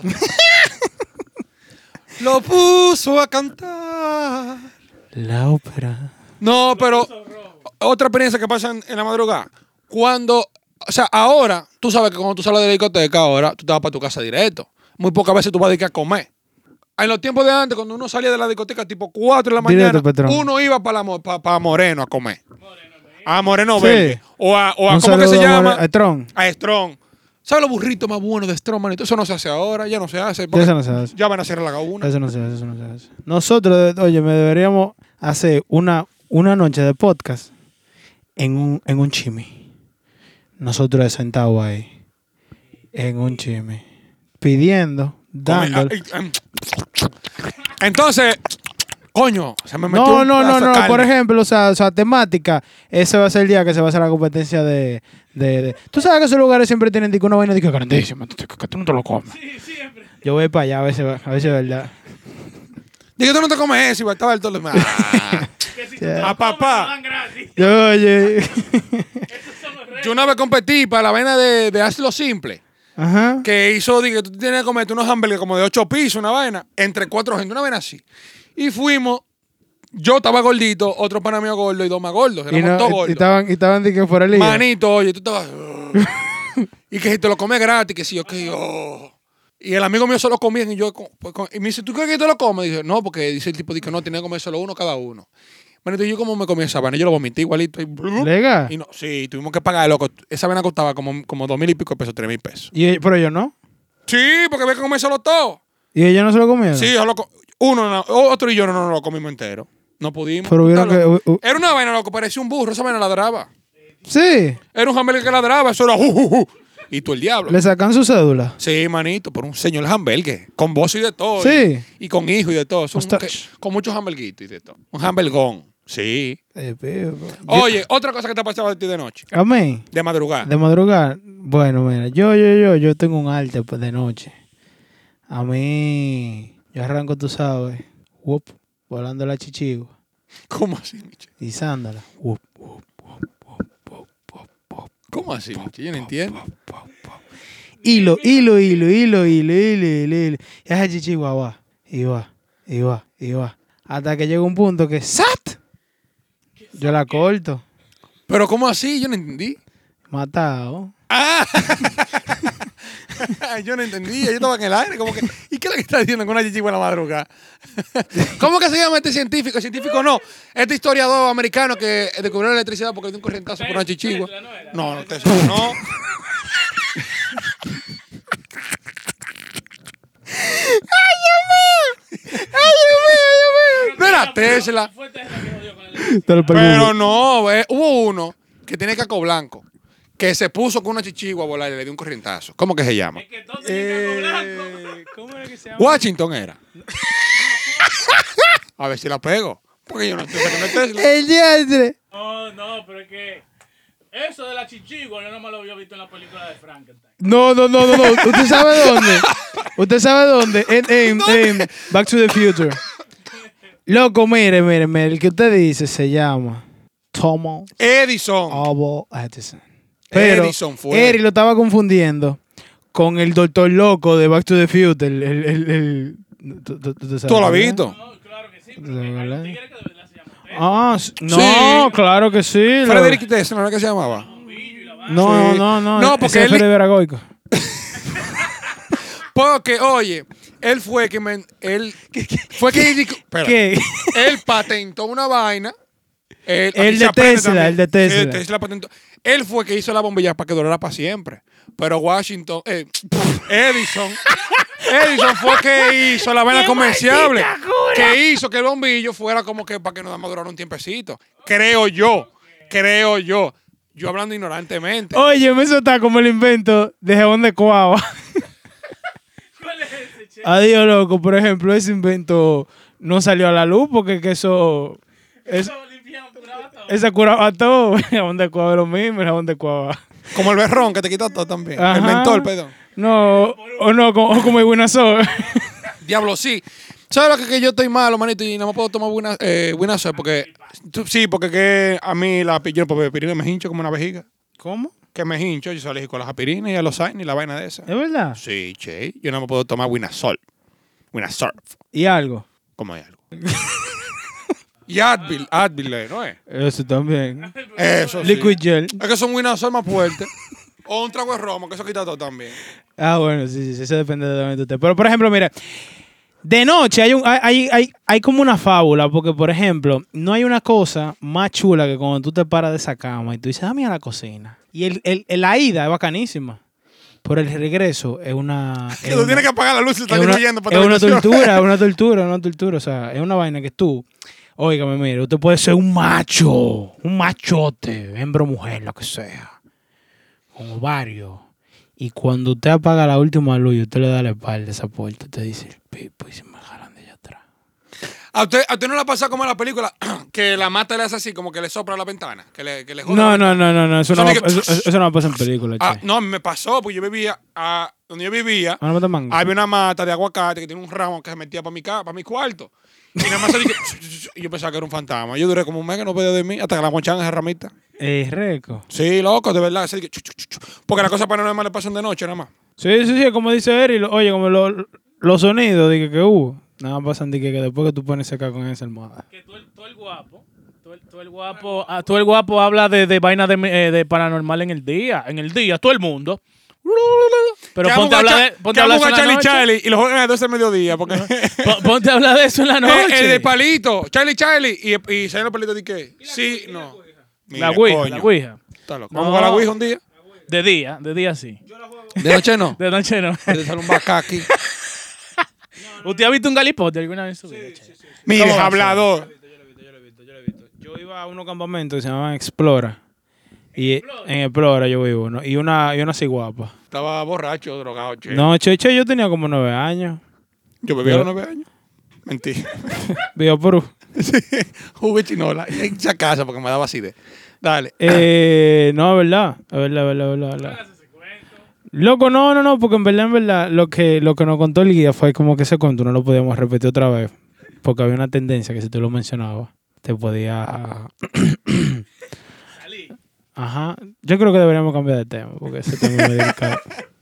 Speaker 2: Lo puso a cantar.
Speaker 3: La ópera.
Speaker 2: No, pero otra experiencia que pasa en, en la madrugada. Cuando, o sea, ahora, tú sabes que cuando tú sales de la discoteca, ahora tú te vas para tu casa directo. Muy pocas veces tú vas a ir a comer. En los tiempos de antes, cuando uno salía de la discoteca tipo cuatro de la mañana,
Speaker 3: Directo, patrón.
Speaker 2: uno iba para, la, mo- pa- pa Moreno a comer. A Moreno
Speaker 3: Sí.
Speaker 2: Verde. O a, o a
Speaker 3: Un
Speaker 2: ¿cómo que se
Speaker 3: saludo a
Speaker 2: llama?
Speaker 3: More- a Tron.
Speaker 2: A Strong. ¿Sabes los burritos más buenos de Strong, manito? Eso no se hace ahora, ya no se hace. porque
Speaker 3: Eso no se hace.
Speaker 2: Ya van a cerrar la laguna.
Speaker 3: Eso no se hace, eso no se hace. Nosotros, oye, me deberíamos hacer una, una noche de podcast en un, en un chimi. Nosotros sentados ahí. En un chimi. Pidiendo, dándole.
Speaker 2: Come- Entonces, coño, se me metió
Speaker 3: No,
Speaker 2: un
Speaker 3: no, no,
Speaker 2: pedazo de
Speaker 3: no.
Speaker 2: carne.
Speaker 3: Por ejemplo, o sea, o sea, temática. Ese va a ser el día que se va a hacer la competencia de. de, de- Tú sabes que esos lugares siempre tienen digo, una vaina de que grandísima, que que tú no te lo comes. Sí, siempre. Yo voy para allá a ver si a ver si es verdad.
Speaker 2: Dije, tú no te comes eso, y estaba el todo. Ah. A papá.
Speaker 3: Yo, oye.
Speaker 2: Yo una vez competí para la vaina de, de Hazlo Simple,
Speaker 3: Ajá.
Speaker 2: que hizo, dije, tú tienes que comerte unos hamburgues como de ocho pisos, una vaina, entre cuatro gente, una vaina así. Y fuimos, yo estaba gordito, otro pana mío gordo y dos más gordos,
Speaker 3: Y,
Speaker 2: éramos
Speaker 3: no,
Speaker 2: todos
Speaker 3: y- y
Speaker 2: gordos.
Speaker 3: estaban, y estaban de que fuera el día.
Speaker 2: Manito, oye, tú estabas... y que si te lo comes gratis, que sí, ok, oh. Y el amigo mío se lo comía y yo... pues, con- y me dice, ¿tú crees que te lo comes? Y dije, no, porque dice el tipo, dice, no, tenía que comer solo uno cada uno. Manito, yo como me comí esa vaina, yo lo vomité igualito. Y,
Speaker 3: ¿Legal?
Speaker 2: y no, sí, tuvimos que pagar, loco. Esa vaina costaba como, como dos mil y pico de pesos, tres mil pesos.
Speaker 3: Y, pero yo no.
Speaker 2: Sí, porque había que comérselo todo.
Speaker 3: ¿Y ellos no se lo comieron?
Speaker 2: Sí, yo lo co- uno, no, otro y yo no, no, no lo comimos entero. No pudimos.
Speaker 3: Pero vieron
Speaker 2: Está
Speaker 3: que...
Speaker 2: loco.
Speaker 3: uh, uh,
Speaker 2: Era una vaina, loco, parecía un burro, esa vaina ladraba.
Speaker 3: sí.
Speaker 2: Era un hamburger que ladraba, eso era... Uh, uh, uh, y tú el diablo.
Speaker 3: ¿Le sacan su cédula?
Speaker 2: Sí, manito, por un señor hamburger. Con voz y de todo.
Speaker 3: Sí.
Speaker 2: Y, y con hijo y de todo. Son
Speaker 3: Hasta-
Speaker 2: que- con muchos hamburguitos y de todo. Un hamburgón. Sí.
Speaker 3: Eh, pero-
Speaker 2: Oye, otra cosa que te ha pasado a ti de noche.
Speaker 3: A mí,
Speaker 2: De madrugada.
Speaker 3: de madrugada. Bueno, mira, yo, yo, yo, yo tengo un arte pues, de noche. A mí, yo arranco, tú sabes, whoop, volando la chichigua,
Speaker 2: ¿Cómo así, Miche?
Speaker 3: izándola. Whoop, whoop.
Speaker 2: ¿Cómo así, Miche? Yo no entiendo.
Speaker 3: Hilo, hilo, hilo, hilo, hilo, hilo, hilo, hilo. Y esa chichigua va, y va, y va, y va. Hasta que llega un punto que ¡sat! Yo la corto.
Speaker 2: Pero ¿cómo así? Yo no entendí.
Speaker 3: Matado.
Speaker 2: Ah. Yo no entendía. Yo estaba en el aire. Como que, ¿y qué es lo que está diciendo con una chichigua en la madrugada? ¿Cómo que se llama este científico? Científico no. Este historiador americano que descubrió la electricidad porque dio un corrientazo por una chichigua.
Speaker 4: Tesla no era.
Speaker 2: No, no, Tesla no. No era Tesla.
Speaker 4: Fue Tesla que jodió con el-
Speaker 3: Te lo
Speaker 2: Pero
Speaker 3: permito.
Speaker 2: no, eh, hubo uno que tiene caco blanco que se puso con una chichigua a volar y le dio un corrientazo. ¿Cómo que se llama?
Speaker 4: Es que todo tenía caco blanco. ¿Cómo era que se llama?
Speaker 2: Washington era. A ver si la pego. Porque yo no estoy sacando Tesla.
Speaker 3: El diantre.
Speaker 4: No, no, pero es que eso de la chichigua yo no me lo había visto en la película de Frankenstein.
Speaker 3: No, no, no, no, no. ¿Usted sabe dónde? ¿Usted sabe dónde? En, en, en Back to the Future. Loco, mire, mire, mire. El que usted dice se llama Thomas
Speaker 2: Edison.
Speaker 3: Alva Edison. Pero
Speaker 2: Edison fue.
Speaker 3: Eri lo estaba confundiendo con el doctor loco de Back to the Future. El, el, el, el- ¿tú, tú- tú sabes
Speaker 2: ¿Tú lo has
Speaker 3: cuál es?
Speaker 2: visto?
Speaker 4: No, claro que sí, pero que hay un tigre que de verdad se llama Tesla.
Speaker 3: Ah, s- no,
Speaker 2: Sí.
Speaker 3: claro que sí. lo-
Speaker 2: Frederick Tesla, ¿no era que se llamaba?
Speaker 3: No,
Speaker 2: Sí.
Speaker 3: no, no.
Speaker 2: No,
Speaker 3: ese
Speaker 2: porque
Speaker 3: es
Speaker 2: él-
Speaker 3: Freddy Veragoico.
Speaker 2: Porque, oye, él fue que me, él fue que espera,
Speaker 3: ¿Qué?
Speaker 2: él patentó una vaina. Él,
Speaker 3: El
Speaker 2: aquí
Speaker 3: de
Speaker 2: se aprende
Speaker 3: Tesla,
Speaker 2: también.
Speaker 3: el de Tesla.
Speaker 2: Sí, Tesla patentó. Él fue que hizo la bombilla para que durara para siempre. Pero Washington, eh, Edison, Edison fue que hizo la vaina comerciable. Que hizo que el bombillo fuera como que para que nos damos durar un tiempecito. Creo yo, creo yo. Yo hablando ignorantemente.
Speaker 3: Oye, eso está como el invento de jabón de coaba.
Speaker 4: ¿Cuál es ese, che?
Speaker 3: Adiós, loco. Por ejemplo, ese invento no salió a la luz porque que eso... es-
Speaker 4: Eso limpiaba, curaba todo.
Speaker 3: esa curaba todo. El jabón de coaba es lo mismo, el jabón de coaba.
Speaker 2: Como el berrón que te quita todo también.
Speaker 3: Ajá.
Speaker 2: El mentol, perdón.
Speaker 3: No, o no, como, o como el Winazor.
Speaker 2: Diablo, sí. ¿Sabes lo que, que yo estoy malo, manito? Y no me puedo tomar buena, eh, buena suerte porque... tú- sí, porque que a mí la pi- yo no puedo beber aspirina, me hincho como una vejiga.
Speaker 3: ¿Cómo?
Speaker 2: Que me hincho, yo soy alérgico a las aspirinas y a los Zayn y la vaina de esa.
Speaker 3: ¿Es verdad?
Speaker 2: Sí, che. Yo no me puedo tomar Winazol. Winazol.
Speaker 3: ¿Y algo?
Speaker 2: ¿Cómo hay algo? Y Advil, Advil, eh, ¿no es?
Speaker 3: Eso también.
Speaker 2: Eso sí.
Speaker 3: Liquid gel.
Speaker 2: Es que son Winazol más fuertes. O un trago de romo, que eso quita todo también.
Speaker 3: Ah, bueno, sí, sí, sí, eso depende de usted. Pero, por ejemplo, mira, de noche hay, un, hay, hay, hay, hay como una fábula, porque, por ejemplo, no hay una cosa más chula que cuando tú te paras de esa cama y tú dices, dame a la cocina. Y el, el, el- la ida es bacanísima, pero el regreso es una...
Speaker 2: Que
Speaker 3: es
Speaker 2: tú
Speaker 3: una-
Speaker 2: tienes que apagar la luz y
Speaker 3: es
Speaker 2: estás
Speaker 3: una,
Speaker 2: diluyendo para
Speaker 3: es una
Speaker 2: televisión.
Speaker 3: tortura, es una tortura, es una tortura. O sea, es una vaina que tú, óigame, mire, usted puede ser un macho, un machote, hembra o mujer, lo que sea, con ovario. Y cuando usted apaga la última luz y usted le da la espalda a esa puerta, te dice el pipo y se me jalan de allá atrás.
Speaker 2: ¿A usted, ¿A usted no le ha pasado como en la película que la mata le hace así, como que le sopla la ventana? Que le, que le jode
Speaker 3: No,
Speaker 2: la
Speaker 3: no, no, no, no, eso,
Speaker 2: Eso
Speaker 3: no,
Speaker 2: ni
Speaker 3: va-
Speaker 2: que-
Speaker 3: eso, eso- eso no pasa en películas,
Speaker 2: Ah,
Speaker 3: che.
Speaker 2: no, me pasó, porque yo vivía, ah, donde yo vivía,
Speaker 3: Ah, no mata mango.
Speaker 2: había una mata de aguacate que tiene un ramo que se metía para mi, ca- para mi cuarto. Y nada más salí que, y yo pensaba que era un fantasma. Yo duré como un mes que no podía dormir hasta que la mochaban esa ramita.
Speaker 3: Es reco.
Speaker 2: Sí, loco, de verdad. Así que, chu, chu, chu, chu. Porque las cosas paranormales pasan de noche nada más.
Speaker 3: Sí, sí, sí, como dice Eri, lo- oye, como lo- los sonidos de que, que hubo, nada más pasan de que, que después que tú pones acá con esa almohada.
Speaker 4: Que tú el, tú el guapo, tú el, tú el guapo, ah, tú el guapo habla de, de vainas de, eh, de paranormal en el día, en el día, todo el mundo. Uh, Pero
Speaker 2: Que
Speaker 4: ponte a
Speaker 2: hagan
Speaker 4: hablar
Speaker 2: un
Speaker 4: de,
Speaker 2: cha-
Speaker 4: ponte
Speaker 2: que
Speaker 4: a hablar
Speaker 2: hagan
Speaker 4: de eso
Speaker 2: un
Speaker 4: en la
Speaker 2: Charlie
Speaker 4: noche.
Speaker 2: Charlie y lo juegan a las doce del mediodía. Porque
Speaker 4: Po- Ponte a hablar de eso en la
Speaker 2: Eh,
Speaker 4: noche.
Speaker 2: el de palito, Charlie Charlie. Y, y salen los palitos de qué? Sí, no.
Speaker 4: La
Speaker 2: Mira,
Speaker 4: ouija,
Speaker 2: coño.
Speaker 4: la ouija.
Speaker 2: Está loco.
Speaker 4: No.
Speaker 2: Vamos a jugar a la ouija un día.
Speaker 4: De día, de día sí.
Speaker 2: De noche no.
Speaker 4: De noche no.
Speaker 2: Te sale un bacá aquí.
Speaker 4: ¿Usted ha visto un galipote alguna vez en su vida?
Speaker 2: Mire,
Speaker 4: ¿Cómo va a ser?
Speaker 2: hablador.
Speaker 3: Yo iba a unos campamentos que se llamaban Explora. Y en Explora yo vivo, ¿no? Y una, y una ciguapa.
Speaker 2: Estaba borracho, drogado, che.
Speaker 3: No, Cheche, yo tenía como nueve años.
Speaker 2: Yo bebí a los nueve años. Mentira.
Speaker 3: Vivo por...
Speaker 2: Sí, jugué chinola en esa casa porque me daba acidez. Dale.
Speaker 3: Eh, no, es verdad. Es verdad, es verdad, es verdad, es verdad. Loco, no, no, no, porque en verdad, en verdad, lo que, lo que nos contó el guía fue como que ese cuento no lo podíamos repetir otra vez. Porque había una tendencia que si tú lo mencionabas, te podía... Ajá. Yo creo que deberíamos cambiar de tema, porque ese tema es muy delicado.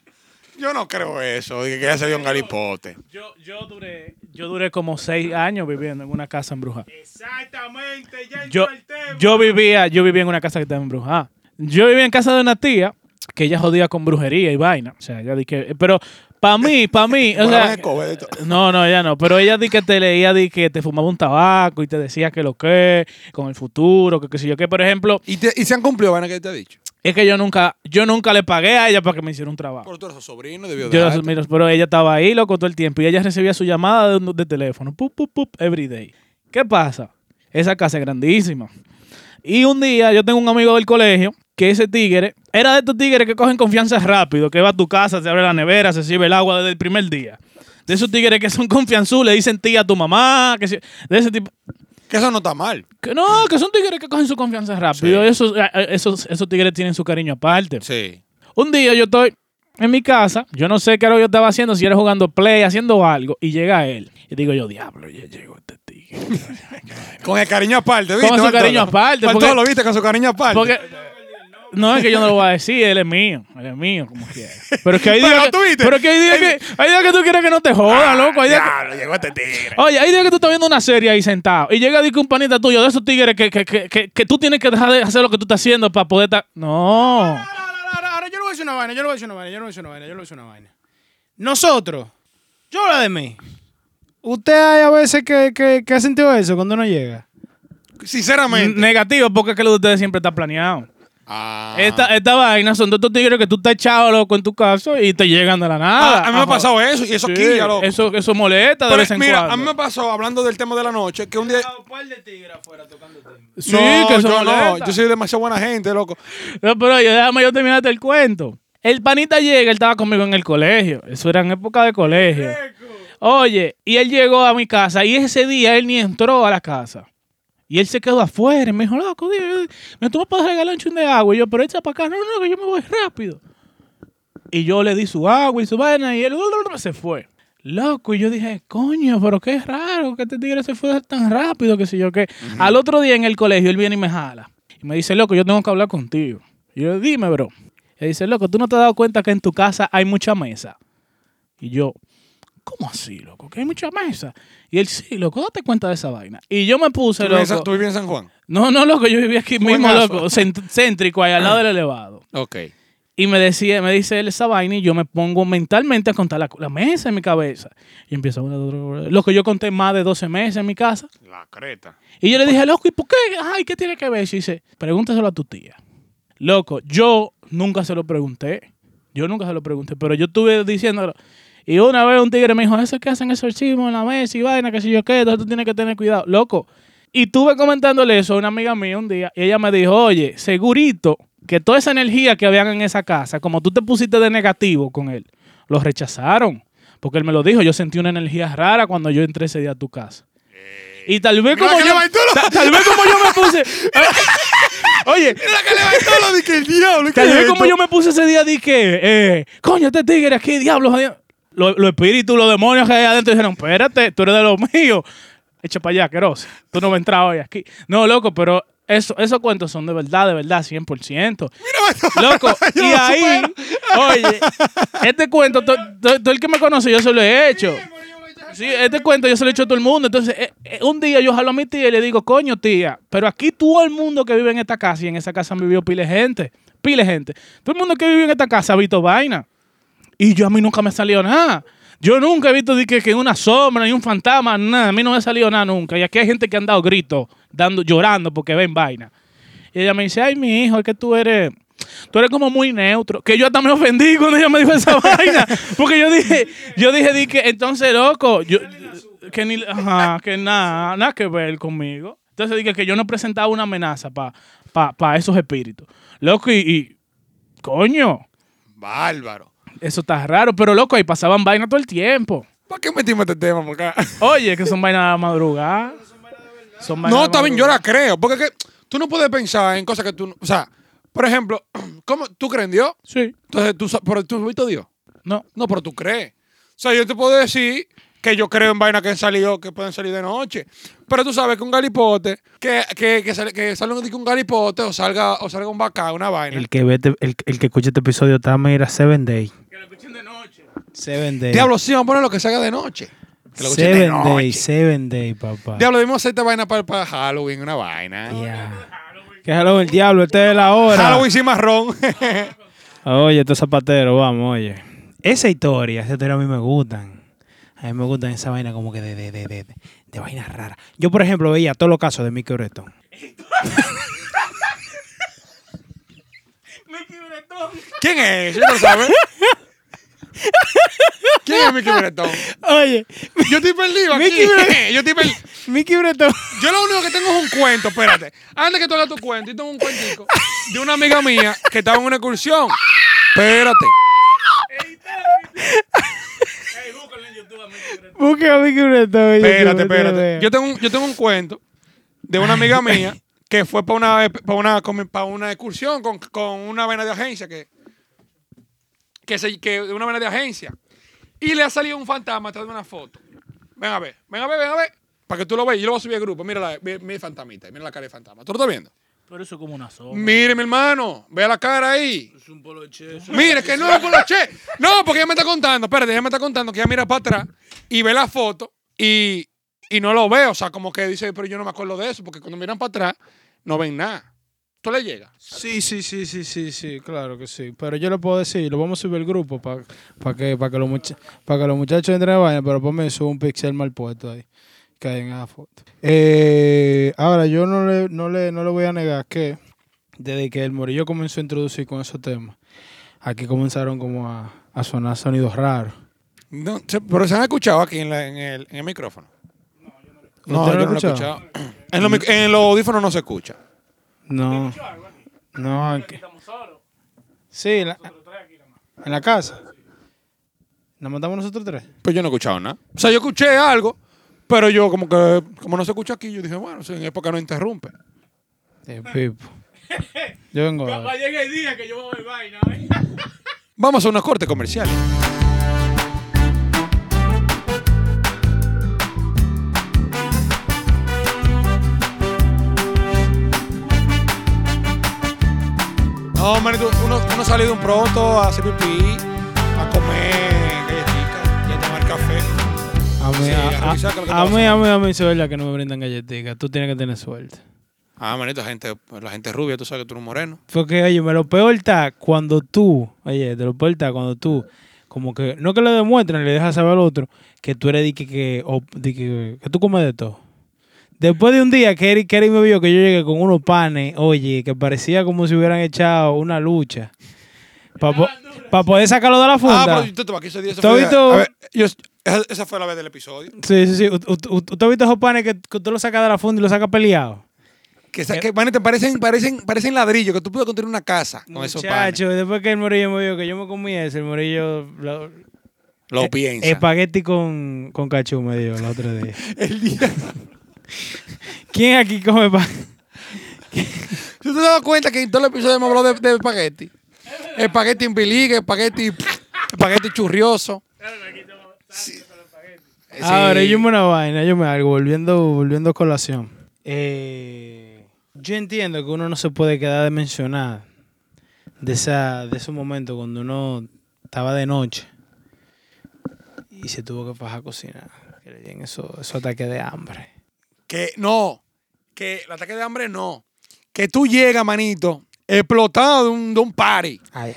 Speaker 2: Yo no creo eso, de que ya se dio un galipote.
Speaker 4: Yo, yo, duré, yo duré como seis años viviendo en una casa embrujada.
Speaker 1: Exactamente, ya
Speaker 4: Yo, yo, vivía, yo vivía en una casa que estaba embrujada. Yo vivía en casa de una tía que ella jodía con brujería y vaina. O sea, ella di que... Pero para mí, para mí... o sea, no, no, ella no. Pero ella di que te leía, di que te fumaba un tabaco y te decía que lo que, con el futuro, que qué sé yo qué. Por ejemplo,
Speaker 2: ¿Y, te- y se han cumplido vaina que te ha dicho?
Speaker 4: es que yo nunca, yo nunca le pagué a ella para que me hiciera un trabajo.
Speaker 2: Por todos esos sobrinos debió
Speaker 4: Yo
Speaker 2: de
Speaker 4: los miro, pero ella estaba ahí, loco, todo el tiempo. Y ella recibía su llamada de, de teléfono. Pup, pup, pup, every day. ¿Qué pasa? Esa casa es grandísima. Y un día yo tengo un amigo del colegio que ese tigre era de estos tigres que cogen confianza rápido, que va a tu casa, se abre la nevera, se sirve el agua desde el primer día. De esos tigres que son confianzudos, le dicen tía a tu mamá, que si- de ese tipo.
Speaker 2: Que eso no está mal.
Speaker 4: Que no, que son tigres que cogen su confianza rápido.
Speaker 2: Sí.
Speaker 4: Esos, eh, eh, esos, esos tigres tienen su cariño aparte.
Speaker 2: Sí.
Speaker 4: Un día yo estoy en mi casa, yo no sé qué era lo que yo estaba haciendo, si era jugando play, haciendo algo, y llega él. Y digo yo, diablo, ya llegó este tigre.
Speaker 2: Con el cariño aparte, ¿viste?
Speaker 4: Con su
Speaker 2: Bartolo?
Speaker 4: cariño aparte,
Speaker 2: Bartolo,
Speaker 4: porque-
Speaker 2: lo viste con su cariño aparte.
Speaker 4: Porque, no es que yo no lo voy a decir, él es mío, él es mío, como quiera. Pero es que hay días
Speaker 2: Pero
Speaker 4: que,
Speaker 2: tú viste,
Speaker 4: pero es que, hay días que, hay días que tú quieres que no te jodan, loco. Hay días que-
Speaker 2: Diablo, llegó este tigre.
Speaker 4: Oye, hay días que tú estás viendo una serie ahí sentado y llega dice, un panita tuyo de esos tigres que, que, que, que, que tú tienes que dejar de hacer lo que tú estás haciendo para poder estar... No.
Speaker 3: Ahora, ahora, ahora, yo le voy a decir una vaina, yo le voy a decir una vaina, yo le voy a decir una vaina, yo le voy a decir una vaina. Nosotros, yo hablo de mí. ¿Usted hay a veces que, que, que ha sentido eso cuando no llega?
Speaker 2: Sinceramente.
Speaker 4: Negativo, porque es que lo de ustedes siempre está planeado.
Speaker 2: Ah.
Speaker 4: Esta, esta vaina son de estos tigres que tú estás echado loco en tu casa y te llegan de la nada.
Speaker 2: Ah, a mí me ha
Speaker 4: Ajá.
Speaker 2: pasado eso y eso
Speaker 4: Sí,
Speaker 2: quilla, loco.
Speaker 4: Eso, eso molesta de
Speaker 2: Pero
Speaker 4: vez en
Speaker 2: mira,
Speaker 4: cuando.
Speaker 2: a mí me pasó, hablando del tema de la noche, que un día...
Speaker 3: Un par de tigres afuera tocando temas.
Speaker 4: Sí,
Speaker 2: no,
Speaker 4: que eso
Speaker 2: yo no,
Speaker 4: molesta.
Speaker 2: yo soy demasiado buena gente, loco.
Speaker 4: No, pero oye, déjame yo terminarte el cuento. El panita llega, él estaba conmigo en el colegio. Eso era en época de colegio. Oye, y él llegó a mi casa y ese día él ni entró a la casa. Y él se quedó afuera y me dijo, loco, dime, me tú me puedes regalar un chun de agua. Y yo, pero echa para acá. No, no, que yo me voy rápido. Y yo le di su agua y su vaina y él se fue. Loco, y yo dije, coño, pero qué raro que este tigre se fue tan rápido, que sé yo qué. Al otro día en el colegio él viene y me jala. Y me dice, loco, yo tengo que hablar contigo. Y yo, dime, bro. Y dice, loco, ¿tú no te has dado cuenta que en tu casa hay mucha mesa? Y yo, ¿cómo así, loco? ¿Que hay mucha mesa? Y él, sí, loco, date cuenta de esa vaina. Y yo me puse,
Speaker 2: ¿Tú vivías,
Speaker 4: loco.
Speaker 2: ¿Tú vivías en San Juan?
Speaker 4: No, no, loco, yo vivía aquí mismo,
Speaker 2: Buenazo.
Speaker 4: loco, cent- céntrico, ahí al lado del elevado.
Speaker 2: Ok.
Speaker 4: Y me decía, me dice él esa vaina y yo me pongo mentalmente a contar la, la mesa en mi cabeza. Y empiezo una, dos, tres, loco, yo conté más de doce meses en mi casa.
Speaker 2: La creta.
Speaker 4: Y yo le dije, loco, ¿y por qué? Ay, ¿qué tiene que ver? Y dice, pregúntaselo a tu tía. Loco, yo nunca se lo pregunté. Yo nunca se lo pregunté, pero yo estuve diciéndolo. Y una vez un tigre me dijo, eso es que hacen exorcismo en la mesa y vaina, que sé yo qué, entonces tú tienes que tener cuidado. Loco. Y estuve comentándole eso a una amiga mía un día y ella me dijo, oye, segurito que toda esa energía que habían en esa casa, como tú te pusiste de negativo con él, lo rechazaron. Porque él me lo dijo, yo sentí una energía rara cuando yo entré ese día a tu casa. Y tal vez como
Speaker 2: Mira que
Speaker 4: yo,
Speaker 2: levantó lo-
Speaker 4: ta- tal vez como yo me puse... Oye,
Speaker 2: Mira que levantó lo de que el diablo. ¿qué
Speaker 4: tal
Speaker 2: es
Speaker 4: vez
Speaker 2: esto?
Speaker 4: como yo me puse ese día, dije, eh, coño, este tigre aquí, diablos. Los, los espíritus, los demonios que hay adentro dijeron, espérate, tú eres de los míos. Echa para allá, queroso. Tú no me entras hoy aquí. No, loco, pero eso, esos cuentos son de verdad, de verdad, cien por ciento. Loco, y
Speaker 2: Yo lo
Speaker 4: ahí, oye, este cuento, to- to- todo el que me conoce, yo se lo he hecho. Sí, este cuento yo se lo he hecho a todo el mundo. Entonces, eh, eh, un día yo jalo a mi tía y le digo, coño, tía, pero aquí todo el mundo que vive en esta casa, y en esa casa han vivido pile gente, pile gente. Todo el mundo que vive en esta casa ha visto vaina. Y yo a mí nunca me salió nada. Yo nunca he visto de que, que una sombra, ni un fantasma, nada. A mí no me ha salido nada nunca. Y aquí hay gente que han dado gritos, dando, llorando porque ven vaina. Y ella me dice, ay, mi hijo, es que tú eres... Tú eres como muy neutro. Que yo hasta me ofendí cuando ella me dijo esa vaina. Porque yo dije, yo dije, di que entonces, loco, yo, que ni, ajá, que nada, nada que ver conmigo. Entonces dije que yo no presentaba una amenaza para pa, pa esos espíritus. Loco, y, y coño,
Speaker 2: Bárbaro.
Speaker 4: eso está raro, pero loco, ahí pasaban vainas todo el tiempo.
Speaker 2: ¿Para qué metimos este tema por acá?
Speaker 4: Oye, que son vainas de madrugada. Son vainas
Speaker 2: No,
Speaker 4: de
Speaker 2: está bien, yo
Speaker 4: madrugada.
Speaker 2: la creo. Porque es que tú no puedes pensar en cosas que tú... no- O sea, por ejemplo, ¿cómo, ¿tú crees en Dios?
Speaker 4: Sí,
Speaker 2: Entonces, ¿tú, sa- pero tú has visto a Dios?
Speaker 4: no.
Speaker 2: No, pero tú crees. O sea, yo te puedo decir que yo creo en vainas que han salido, que pueden salir de noche. Pero tú sabes que un galipote, que, que, que, sale, que salga un, un galipote o salga, o salga un bacá, una vaina.
Speaker 3: El que ve este- el, el que escucha este episodio está, mira, Seven Day.
Speaker 4: Que lo escuchen de noche.
Speaker 3: Seven Day.
Speaker 2: Diablo, sí, vamos a poner lo que salga de noche. Que lo escuchen de
Speaker 3: Seven
Speaker 2: noche.
Speaker 3: Day, Seven Day, papá.
Speaker 2: Diablo, debimos hacer esta vaina para, para Halloween, una vaina.
Speaker 3: Ya. Que Halloween, el diablo, esta es la hora.
Speaker 2: Halloween sin marrón.
Speaker 3: Oye, estos zapateros, vamos, oye. Esa historia, esa historia a mí me gustan. A mí me gustan esa vaina como que de, de, de, de, de, de vainas raras. Yo, por ejemplo, veía todos los casos de Mickey Breton.
Speaker 4: Mickey Bretón.
Speaker 2: ¿Quién es? ¿Sí lo sabe? ¿Quién es Mickey Breton?
Speaker 3: Oye,
Speaker 2: Yo estoy perdido aquí.
Speaker 3: Mickey Breton.
Speaker 2: Yo estoy perdido.
Speaker 3: Mickey Breton.
Speaker 2: Yo lo único que tengo es un cuento, espérate. Antes que tú hagas tu cuento, yo tengo un cuentico de una amiga mía que estaba en una excursión. Espérate.
Speaker 4: Ey, búscalo en YouTube a Mickey Bretón.
Speaker 3: Busca a Mickey Breton.
Speaker 2: Espérate, espérate. Yo tengo un, yo tengo un cuento de una amiga mía que fue para una, para una, para una excursión con, con una vaina de agencia que, que, se, que una vaina de agencia. Y le ha salido un fantasma atrás de una foto. Ven a ver, ven a ver, ven a ver. Para que tú lo veas. Yo lo voy a subir al grupo. Mira la, mira, mira el fantasmita. Mira la cara de fantasma. ¿Tú lo estás viendo?
Speaker 4: Pero eso es como una sombra.
Speaker 2: Mire, mi hermano. Vea la cara ahí.
Speaker 4: Es un poloche.
Speaker 2: Mire, que no es un poloche. No, porque ella me está contando. Espérate, ella me está contando que ella mira para atrás y ve la foto y, y no lo ve. O sea, como que dice, pero yo no me acuerdo de eso. Porque cuando miran para atrás, no ven nada. ¿Tú le llegas?
Speaker 3: Sí, sí, sí, sí, sí, sí, claro que sí. Pero yo le puedo decir, lo vamos a subir al grupo para que, pa que, los mucha pa que los muchachos entren a vaina, pero ponme eso un pixel mal puesto ahí, que hay en esa foto. Eh, ahora, yo no le, no, le, no le voy a negar que desde que el Morillo comenzó a introducir con esos temas, aquí comenzaron como a, a sonar sonidos raros.
Speaker 2: No, se- pero se han escuchado aquí en, la- en, el, en el micrófono. No,
Speaker 3: ¿Usted
Speaker 2: yo
Speaker 3: lo
Speaker 2: no lo he
Speaker 3: escuchado?
Speaker 2: escuchado. En los, mic- en los audífonos no se escucha.
Speaker 3: No, no, aquí.
Speaker 4: Estamos solos.
Speaker 3: Sí, en la, en la casa. ¿Nos matamos nosotros tres?
Speaker 2: Pues yo no he escuchado nada. O sea, yo escuché algo, pero yo como que, como no se escucha aquí, yo dije, bueno, si en época no interrumpe.
Speaker 3: Eh, Pipo. Yo vengo
Speaker 4: Va
Speaker 3: a
Speaker 4: a llegar el día que yo voy a ver vaina, ¿eh?
Speaker 2: Vamos a unos cortes comerciales. No, manito, uno, uno sale de un pronto a hacer pipí, a comer galletitas y a tomar café.
Speaker 3: A mí,
Speaker 2: Sí,
Speaker 3: a,
Speaker 2: a revisar qué es lo que
Speaker 3: a, a
Speaker 2: pasa.
Speaker 3: mí, a mí, a mí, se verdad que no me brindan galletitas. Tú tienes que tener suerte.
Speaker 2: Ah, manito, la gente, la gente rubia, tú sabes que tú eres un moreno.
Speaker 3: Porque, oye, me lo peor está cuando tú, oye, te lo peor está cuando tú, como que, no que le demuestren, le dejas saber al otro, que tú eres de que, que, o, de que, que tú comes de todo. Después de un día que Eric, que Eric me vio que yo llegué con unos panes, oye, que parecía como si hubieran echado una lucha. Para poder sacarlo de la funda.
Speaker 2: Ah, pero yo te aquí ese día. Eso
Speaker 3: ¿Tú has
Speaker 2: fue,
Speaker 3: visto?
Speaker 2: a ver, yo- esa, esa fue la vez del episodio.
Speaker 3: Sí, sí, sí. ¿U- u- u- ¿Usted ha visto esos panes que, que tú los sacas de la funda y los sacas peleados?
Speaker 2: Que, sa- que manito, parecen, parecen, parecen ladrillos, que tú puedes construir una casa con esos panes.
Speaker 3: Muchacho, después que el morillo me vio que yo me comí ese, el morillo... Lo,
Speaker 2: Lo
Speaker 3: eh,
Speaker 2: piensa.
Speaker 3: Espagueti con, con cachú me dio el otro día.
Speaker 2: El día.
Speaker 3: ¿Quién aquí come pan?
Speaker 2: ¿Tú te has dado cuenta que en todo el episodio hemos hablado de, de espagueti? Espagueti en biligue, espagueti, espagueti churrioso. Sí.
Speaker 3: Ahora, yo me una vaina, yo me algo, volviendo, volviendo a colación. Eh, yo entiendo que uno no se puede quedar de mencionar de, esa, de esos momentos cuando uno estaba de noche y se tuvo que bajar a cocinar. Que le dieron esos eso ataques de hambre.
Speaker 2: Que no, que el ataque de hambre no. Que tú llegas, manito, explotado de un, de un party.
Speaker 3: Ay, ay, ay.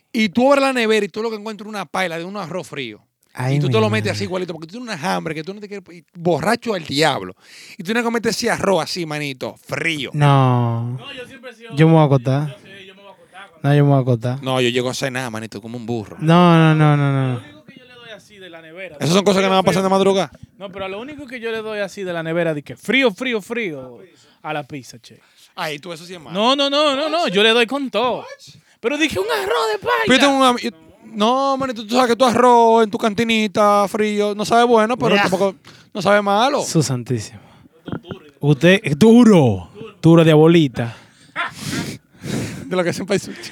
Speaker 2: Y tú abres la nevera y tú lo que encuentras es una paila de un arroz frío.
Speaker 3: Ay,
Speaker 2: y tú
Speaker 3: mi
Speaker 2: te lo metes
Speaker 3: madre.
Speaker 2: así igualito, porque tú tienes una hambre que tú no te quieres... Borracho al diablo. Y tú tienes que meter ese arroz así, manito, frío.
Speaker 3: No.
Speaker 4: No, yo siempre he sido.
Speaker 3: Yo me voy a acostar.
Speaker 4: Yo, sí, yo me voy a acostar. cuando-
Speaker 3: No, yo me voy a acostar.
Speaker 2: No, yo llego a cenar, manito, como un burro.
Speaker 3: No, no, no, no,
Speaker 4: Lo
Speaker 3: no.
Speaker 4: único que yo le doy así de la nevera.
Speaker 2: Esas son cosas que no van a pasar de madrugada.
Speaker 4: No, pero lo único que yo le doy así de la nevera, de que frío, frío, frío, a la pizza, che.
Speaker 2: Ay, tú eso sí es malo.
Speaker 4: No, no, no, no, no, yo le doy con todo. Pero dije un arroz de
Speaker 2: Pero yo tengo
Speaker 4: paila.
Speaker 2: un ami- yo- No, manito, tú sabes que tu arroz en tu cantinita frío no sabe bueno, pero
Speaker 3: Ya.
Speaker 2: tampoco no sabe malo.
Speaker 3: Su santísimo. Usted es duro. Duro de abuelita.
Speaker 2: De lo que hacen país sushi.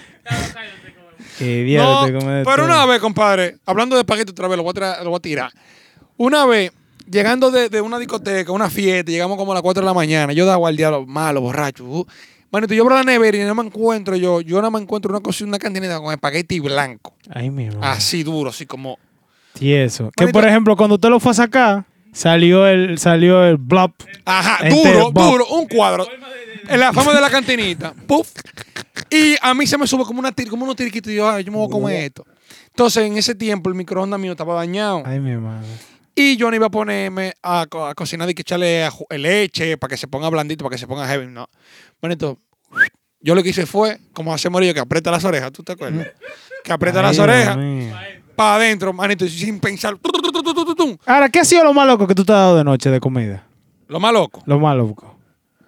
Speaker 3: Que diablo
Speaker 2: No,
Speaker 3: te come de
Speaker 2: pero
Speaker 3: todo.
Speaker 2: una vez, compadre, hablando de espagueti otra vez, lo voy a tirar. Lo voy a tirar. Una vez, llegando de, de una discoteca, una fiesta, llegamos como a las cuatro de la mañana, yo daba al diablo malo, borracho. Uh. Manito, yo abro la nevera y no me encuentro yo, yo no me encuentro una cocina, una cantinita con espagueti blanco.
Speaker 3: Ay, mi madre.
Speaker 2: Así duro, así como...
Speaker 3: Y eso. Que
Speaker 2: Manito-
Speaker 3: por ejemplo, cuando usted lo fue a sacar, salió el, salió el blop.
Speaker 2: Ajá,
Speaker 3: Entero,
Speaker 2: duro,
Speaker 3: bop.
Speaker 2: duro, un cuadro. En la fama de la cantinita. Puf. Y a mí se me sube como, una tir- como unos tiriquitos y yo, ay, yo me voy a comer esto. Entonces, en ese tiempo, el microondas mío estaba dañado.
Speaker 3: Ay, mi madre.
Speaker 2: Y yo no iba a ponerme a, co- a cocinar y que echarle aju- leche para que se ponga blandito, para que se ponga heavy. No. Bonito. Yo lo que hice fue, como hace Morillo, que aprieta las orejas, ¿tú te acuerdas? Que aprieta
Speaker 3: Ay,
Speaker 2: las
Speaker 3: Dios
Speaker 2: orejas
Speaker 3: mío.
Speaker 2: para adentro, manito, y sin pensar. Tu, tu, tu, tu, tu, tu, tu.
Speaker 3: Ahora, ¿qué ha sido lo más loco que tú te has dado de noche de comida?
Speaker 2: Lo más loco.
Speaker 3: Lo más loco.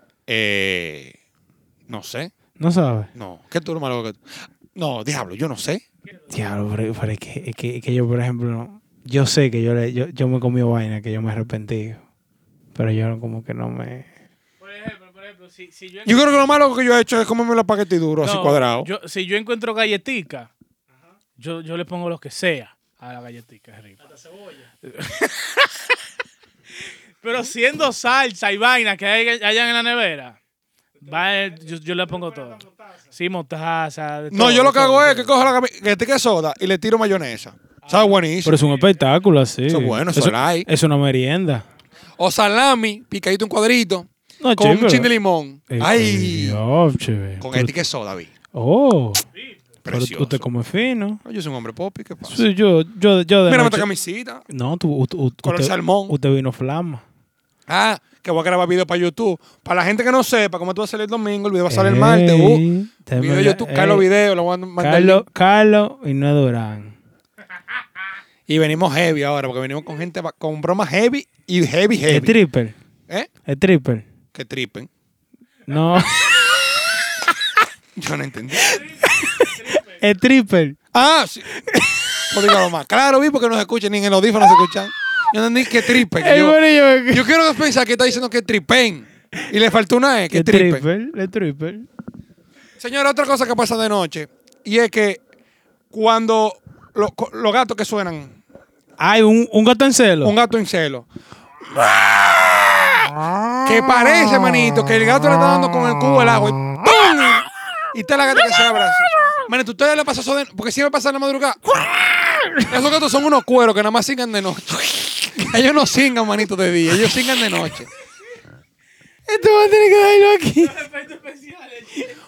Speaker 2: Eh, no sé.
Speaker 3: ¿No sabes?
Speaker 2: No. ¿Qué tú lo más loco que tú? No, diablo, yo no sé.
Speaker 3: Diablo, pero, pero es, que, es, que, es que yo, por ejemplo, no- yo sé que yo, le, yo, yo me he comido vaina que yo me he arrepentido. Pero yo no- como que no me...
Speaker 4: Por ejemplo, por ejemplo, si, si yo,
Speaker 2: Yo creo que lo más loco que yo he hecho es comerme los paquetes duros, así
Speaker 4: No,
Speaker 2: cuadrados.
Speaker 4: yo- si yo encuentro galletica, yo, yo le pongo lo que sea a la galletica. Es rico. Pero siendo salsa y vaina que hay allá en la nevera, va, yo, yo le pongo todo. Sí, mostaza. de
Speaker 2: No,
Speaker 4: todo,
Speaker 2: yo lo
Speaker 4: de
Speaker 2: que hago
Speaker 4: todo,
Speaker 2: es
Speaker 4: de
Speaker 2: que
Speaker 4: todo.
Speaker 2: cojo la gami- galletica de soda y le tiro mayonesa. ¿Sabes? Buenísimo.
Speaker 3: Pero es un espectáculo así.
Speaker 2: Eso es bueno, eso es light.
Speaker 3: Es una merienda.
Speaker 2: O salami, picadito en cuadrito,
Speaker 3: No,
Speaker 2: con
Speaker 3: che,
Speaker 2: un
Speaker 3: pero-
Speaker 2: chin de limón.
Speaker 3: Eh,
Speaker 2: Ay,
Speaker 3: Dios, che.
Speaker 2: con
Speaker 3: Pero-
Speaker 2: galletica de soda, vi.
Speaker 3: Oh, pero
Speaker 2: Precioso.
Speaker 3: usted come fino.
Speaker 2: Yo soy un hombre popi, ¿qué pasa?
Speaker 3: Sí, yo, yo, yo de
Speaker 2: Mira
Speaker 3: noche-
Speaker 2: esta camisita.
Speaker 3: No, tú, u- u-
Speaker 2: Con el
Speaker 3: usted,
Speaker 2: salmón.
Speaker 3: usted vino flama.
Speaker 2: Ah, que voy a grabar video para YouTube. Para la gente que no sepa cómo tú vas a salir el domingo, el video va a salir el martes. Uh,
Speaker 3: Ey, déjame
Speaker 2: video de
Speaker 3: la-
Speaker 2: YouTube,
Speaker 3: ey,
Speaker 2: Carlos Video, lo voy a mandar. el
Speaker 3: Carlos,
Speaker 2: link.
Speaker 3: Carlos y no Durán.
Speaker 2: Y venimos heavy ahora, porque venimos con gente, va- con bromas heavy y heavy,
Speaker 3: El
Speaker 2: heavy.
Speaker 3: triple.
Speaker 2: ¿Eh?
Speaker 3: El triple.
Speaker 2: Que tripen.
Speaker 3: No,
Speaker 2: Yo no entendí.
Speaker 3: el triple.
Speaker 2: Ah, sí. Pues dígalo más. Claro, vi porque no se escucha, ni en el audífono se escuchan. Yo no entendí que tripen.
Speaker 3: El
Speaker 2: Yo,
Speaker 3: bolillo.
Speaker 2: yo quiero pensar que está diciendo que tripen. Y le faltó una E, que
Speaker 3: El
Speaker 2: tripen.
Speaker 3: triple. El triple.
Speaker 2: Señora, otra cosa que pasa de noche. Y es que cuando lo- co- los gatos que suenan,
Speaker 3: Hay un, un gato en celo.
Speaker 2: un gato en celo. Que parece, manito, que el gato le está dando con el cubo el agua. Y ¡pum! Y está la gata que se abre así. Manito, ustedes le pasa eso de... Porque siempre pasa en la madrugada. Esos gatos son unos cueros que nada más singan de noche. Ellos no singan, manito, de día. Ellos singan de noche.
Speaker 3: Esto va a tener que darlo aquí.
Speaker 4: Efectos especiales.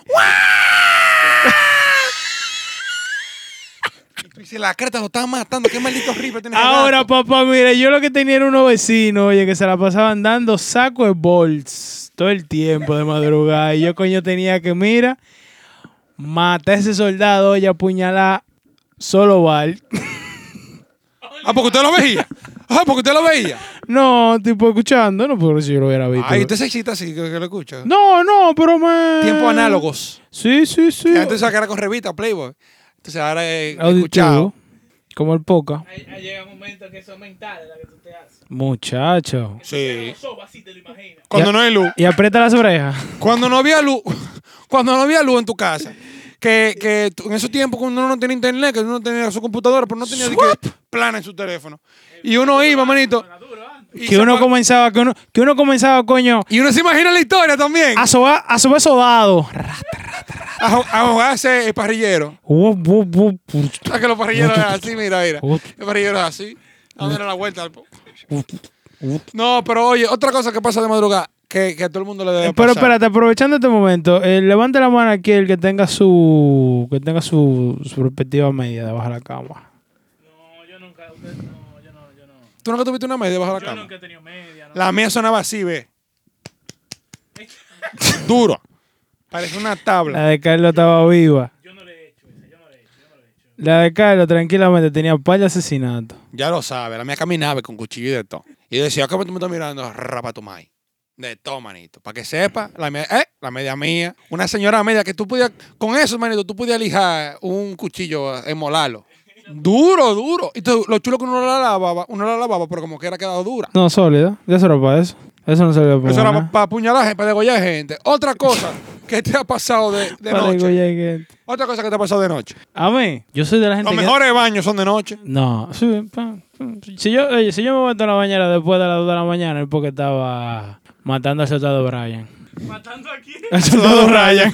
Speaker 2: Y tú dices, la creta lo están matando. Qué maldito rifle tiene ese
Speaker 3: Ahora,
Speaker 2: gato.
Speaker 3: papá, mire, yo lo que tenía era unos vecinos, oye, que se la pasaban dando saco de bols todo el tiempo de madrugada. Y yo, coño, tenía que, mira, matar a ese soldado y apuñalar solo Val.
Speaker 2: Ah, porque usted lo veía. Ah, porque usted lo veía.
Speaker 3: No, tipo escuchando, no por si yo lo hubiera visto.
Speaker 2: Ay, usted se excita así, que, que lo escucha.
Speaker 3: No, no, pero me...
Speaker 2: Tiempos análogos.
Speaker 3: Sí, sí, sí.
Speaker 2: Antes se era con revista, Playboy. Entonces ahora he
Speaker 3: Auditivo,
Speaker 2: escuchado.
Speaker 3: como el poca.
Speaker 4: Ahí, ahí llega un momento que son mentales las que tú te haces.
Speaker 3: Muchacho.
Speaker 2: Sí.
Speaker 4: Los ojos así te lo imaginas.
Speaker 2: Cuando
Speaker 3: Ya-
Speaker 2: no hay luz.
Speaker 3: Y aprieta las orejas.
Speaker 2: Cuando no había luz. Cuando no había luz en tu casa. Que, que tú- en esos tiempos cuando uno no tenía internet, que uno no tenía su computadora, pero no tenía de que plana en su teléfono. Y uno iba, manito. y
Speaker 3: Que
Speaker 2: se
Speaker 3: uno
Speaker 2: apa-
Speaker 3: comenzaba, que uno, que uno comenzaba, coño,
Speaker 2: Y uno se imagina la historia también.
Speaker 3: a sobar, a sobar soldado.
Speaker 2: A, jo- a jugarse el parrillero.
Speaker 3: Uh, uh, uh, uh.
Speaker 2: ¿Sabes que los parrilleros es así? Mira, mira.
Speaker 3: Uh.
Speaker 2: El parrillero es así. Dándole la vuelta al po- No, pero oye, otra cosa que pasa de madrugada. que, que a todo el mundo le debe
Speaker 3: Pero
Speaker 2: pasar.
Speaker 3: espérate, aprovechando este momento, eh, levante la mano aquí el que tenga su que tenga su, su respectiva media debajo de la cama.
Speaker 4: No, yo nunca, usted, no, yo no, yo no.
Speaker 2: ¿Tú nunca tuviste una media debajo de la
Speaker 4: Yo
Speaker 2: cama?
Speaker 4: nunca he tenido media. No.
Speaker 2: La mía sonaba así, ve. Duro. Parece una tabla.
Speaker 3: La de Carlos estaba viva.
Speaker 4: Yo no le he hecho esa, yo no le he hecho, yo no le he hecho.
Speaker 3: La de Carlos tranquilamente tenía par de asesinatos.
Speaker 2: Ya lo sabes, la mía caminaba con cuchillo y de todo. Y yo decía, ¿cómo tú me estás mirando? Rapa tu maíz. De todo, manito. Para que sepa, la, media, eh, la media mía. Una señora media que tú podías, con eso, manito, tú podías lijar un cuchillo, emolarlo. Duro, duro. Y tú, lo chulo que uno la lavaba, uno la lavaba, pero como que era quedado dura.
Speaker 3: No, sólido. Ya eso era para eso. Eso no servía para
Speaker 2: Eso era
Speaker 3: nada.
Speaker 2: para apuñalar gente, para degollar gente. Otra cosa que te ha pasado de, de
Speaker 3: Para
Speaker 2: noche.
Speaker 3: degollar gente.
Speaker 2: Otra cosa que te ha pasado de noche.
Speaker 3: A mí, yo soy de la gente
Speaker 2: Los
Speaker 3: que...
Speaker 2: mejores baños son de noche.
Speaker 3: No, sí, pa- pa- si yo, oye, si yo me meto en la bañera después de las dos de la mañana es porque estaba matando al soldado Brian.
Speaker 4: ¿Matando aquí?
Speaker 3: Al soldado Brian.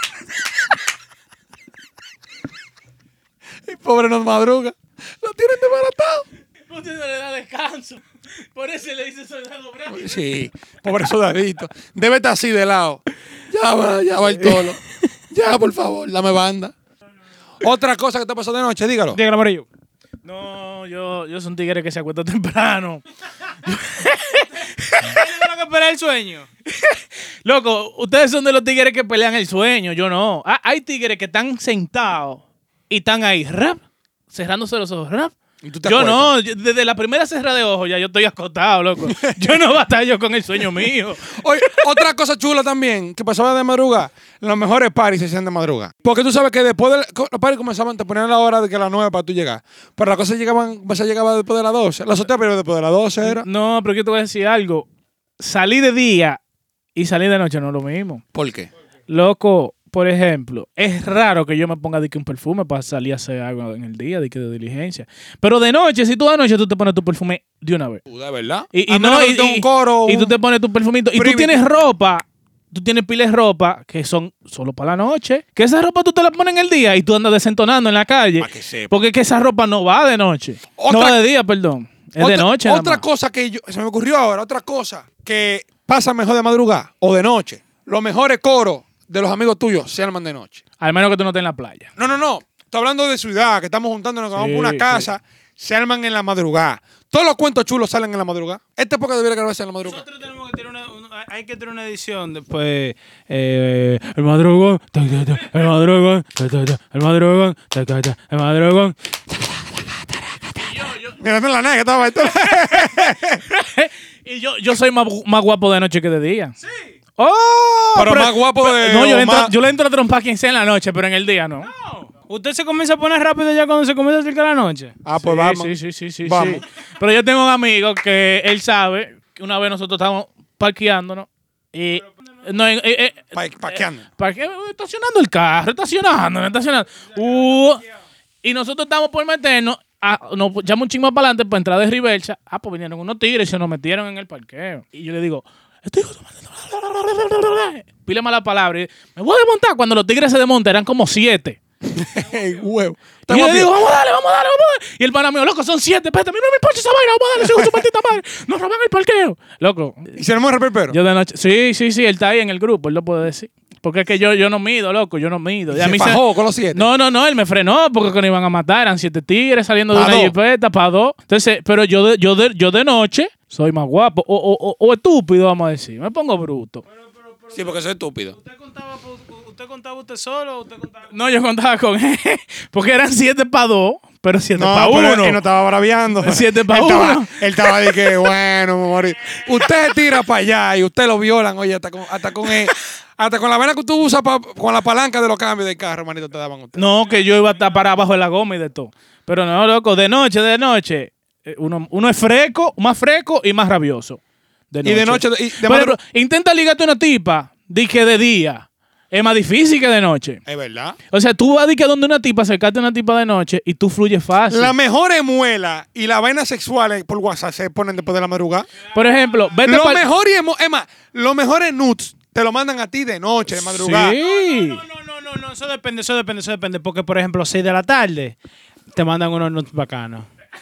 Speaker 2: Y pobre nos madruga. Lo tienen desbaratado.
Speaker 4: Usted no le da descanso. Por eso le dice soldado bravo.
Speaker 2: Sí, pobre soldadito. Debe estar así de lado. Ya va, ya va el tolo. Ya, por favor, dame banda. Otra cosa que te ha pasado de noche, dígalo.
Speaker 3: Dígalo, amarillo.
Speaker 4: No, yo, yo soy un tigre que se acuesta temprano. ¿Tengo que pelear el sueño? Loco, ustedes son de los tigres que pelean el sueño, yo no. Ah, hay tigres que están sentados y están ahí, rap, cerrándose los ojos, rap.
Speaker 2: ¿Y tú te
Speaker 4: Yo
Speaker 2: acuestas?
Speaker 4: no, yo- desde la primera cerrada de ojos ya yo estoy acostado, loco. Yo no batallo con el sueño mío.
Speaker 2: Oye, otra cosa chula también que pasaba de madrugada. Los mejores parties se hacían de madrugada. Porque tú sabes que después de los parties comenzaban, te ponían la hora de que las nueve para tú llegar. Pero las cosas llegaban, se llegaba después de las doce. La azotea, pero después de las doce era.
Speaker 4: No, pero yo te voy a decir algo. Salí de día y salí de noche no es lo mismo.
Speaker 2: ¿Por qué?
Speaker 4: Loco, por ejemplo, es raro que yo me ponga de que un perfume para salir a hacer algo en el día, de que de diligencia. Pero de noche, si tú de noche tú te pones tu perfume de una vez.
Speaker 2: ¿De verdad?
Speaker 4: Y,
Speaker 2: A
Speaker 4: y
Speaker 2: menos
Speaker 4: no,
Speaker 2: que
Speaker 4: y,
Speaker 2: tú tengas
Speaker 4: y-
Speaker 2: un coro.
Speaker 4: y
Speaker 2: un-
Speaker 4: tú te pones tu perfumito. Y tú
Speaker 2: Privity.
Speaker 4: tienes ropa, tú tienes piles de ropa que son solo para la noche. Que esa ropa tú te la pones en el día y tú andas desentonando en la calle.
Speaker 2: Pa' que sepa.
Speaker 4: Porque es que esa ropa no va de noche.
Speaker 2: Otra-
Speaker 4: no va de día, perdón. Es
Speaker 2: otra,
Speaker 4: de noche. nada
Speaker 2: Otra
Speaker 4: más.
Speaker 2: cosa que yo, se me ocurrió ahora, otra cosa que pasa mejor de madrugada o de noche. Los mejores coros de los amigos tuyos se arman de noche.
Speaker 4: Al menos que tú no estés en la playa.
Speaker 2: No, no, no. Estoy hablando de ciudad, que estamos juntándonos, que vamos
Speaker 4: Sí,
Speaker 2: por una casa, se arman en la madrugada. Todos los cuentos chulos salen en la madrugada. Esta época debería grabarse en la madrugada.
Speaker 3: Nosotros tenemos que tener una, una- hay que tener una edición después. Eh, el madrugón, ta, ta, ta, el madrugón, ta, ta, ta, el madrugón, ta, ta, ta, el madrugón.
Speaker 2: Mirando en la nave que estaba esto.
Speaker 4: Y yo, yo soy más, más guapo de noche que de día. Sí. ¡Oh!
Speaker 2: Pero más guapo de-
Speaker 4: No, yo
Speaker 2: o
Speaker 4: le, entro,
Speaker 2: más-
Speaker 4: yo le entro a trompar quien sea en la noche, pero en el día no.
Speaker 3: ¿Usted se comienza a poner rápido ya cuando se comienza a acercar la noche?
Speaker 2: Ah, pues
Speaker 4: sí,
Speaker 2: vamos.
Speaker 4: Sí, sí, sí, sí,
Speaker 2: Vamos.
Speaker 4: sí. Pero yo tengo un amigo que él sabe que una vez nosotros estábamos parqueándonos y... No, eh, eh,
Speaker 2: Pa- paqueando.
Speaker 4: parque- estacionando el carro, estacionando, estacionando. Uh, y nosotros estamos por meternos, a, nos echamos un chingo para adelante para entrar de reversa. Ah, pues vinieron unos tigres y se nos metieron en el parqueo. Y yo le digo, estoy pile mala palabra. Y, me voy a desmontar. Cuando los tigres se desmontan, eran como siete.
Speaker 2: Ey, huevo.
Speaker 4: Y yo
Speaker 2: Estamos
Speaker 4: le digo,
Speaker 2: bien.
Speaker 4: vamos a darle, vamos a darle, vamos a darle. Y el pana mío, loco, son siete. Espérate, a mí no me importa esa vaina, vamos a darle, sigo su maldita madre. Nos roban el parqueo. Loco,
Speaker 2: ¿Y se armó el repero?
Speaker 4: yo de noche. Sí, sí, sí, él está ahí en el grupo, él lo puede decir. Porque es que yo, yo no mido, loco, yo no mido. Y a
Speaker 2: Se
Speaker 4: mí
Speaker 2: fajó con los siete.
Speaker 4: No, no, no, él me frenó porque que nos iban a matar. Eran siete tigres saliendo de
Speaker 2: Pa'
Speaker 4: una
Speaker 2: dos.
Speaker 4: jipeta para dos. Entonces, pero yo de, yo, de, yo de noche soy más guapo. O, o, o, o estúpido, vamos a decir. Me pongo bruto.
Speaker 2: Sí, porque soy estúpido.
Speaker 3: ¿Usted contaba, usted contaba usted solo o usted contaba?
Speaker 4: No, yo contaba con él. Porque eran siete para dos, pero siete
Speaker 2: No,
Speaker 4: para
Speaker 2: pero
Speaker 4: uno.
Speaker 2: él no estaba braviando.
Speaker 4: Siete pa'
Speaker 2: Él estaba-
Speaker 4: uno.
Speaker 2: Él estaba de que, bueno, me morí. Usted se tira para allá y usted lo violan, oye, hasta con, hasta con, el- hasta con la vena que tú usas pa- con la palanca de los cambios del carro, manito, te daban usted.
Speaker 4: No, que yo iba a estar para abajo de la goma y de todo. Pero no, loco, de noche, de noche. eh, Uno, uno es fresco, más fresco y más rabioso. De
Speaker 2: Y de noche, y de
Speaker 4: Por
Speaker 2: madru-
Speaker 4: ejemplo, intenta ligarte una tipa, di que de día. Es más difícil que de noche.
Speaker 2: Es verdad.
Speaker 4: O sea, tú vas a di que donde una tipa, acercarte a una tipa de noche y tú fluyes fácil.
Speaker 2: La mejor emuela y la vaina sexual por WhatsApp se ponen después de la madrugada.
Speaker 4: Por ejemplo, vete
Speaker 2: Lo
Speaker 4: pa'l-
Speaker 2: mejor y emo- es más, los mejores nudes te lo mandan a ti de noche, de madrugada.
Speaker 4: Sí.
Speaker 3: No, no, no, no, no, eso depende, eso depende, eso depende. Porque, por ejemplo, seis de la tarde te mandan unos nuts bacanos.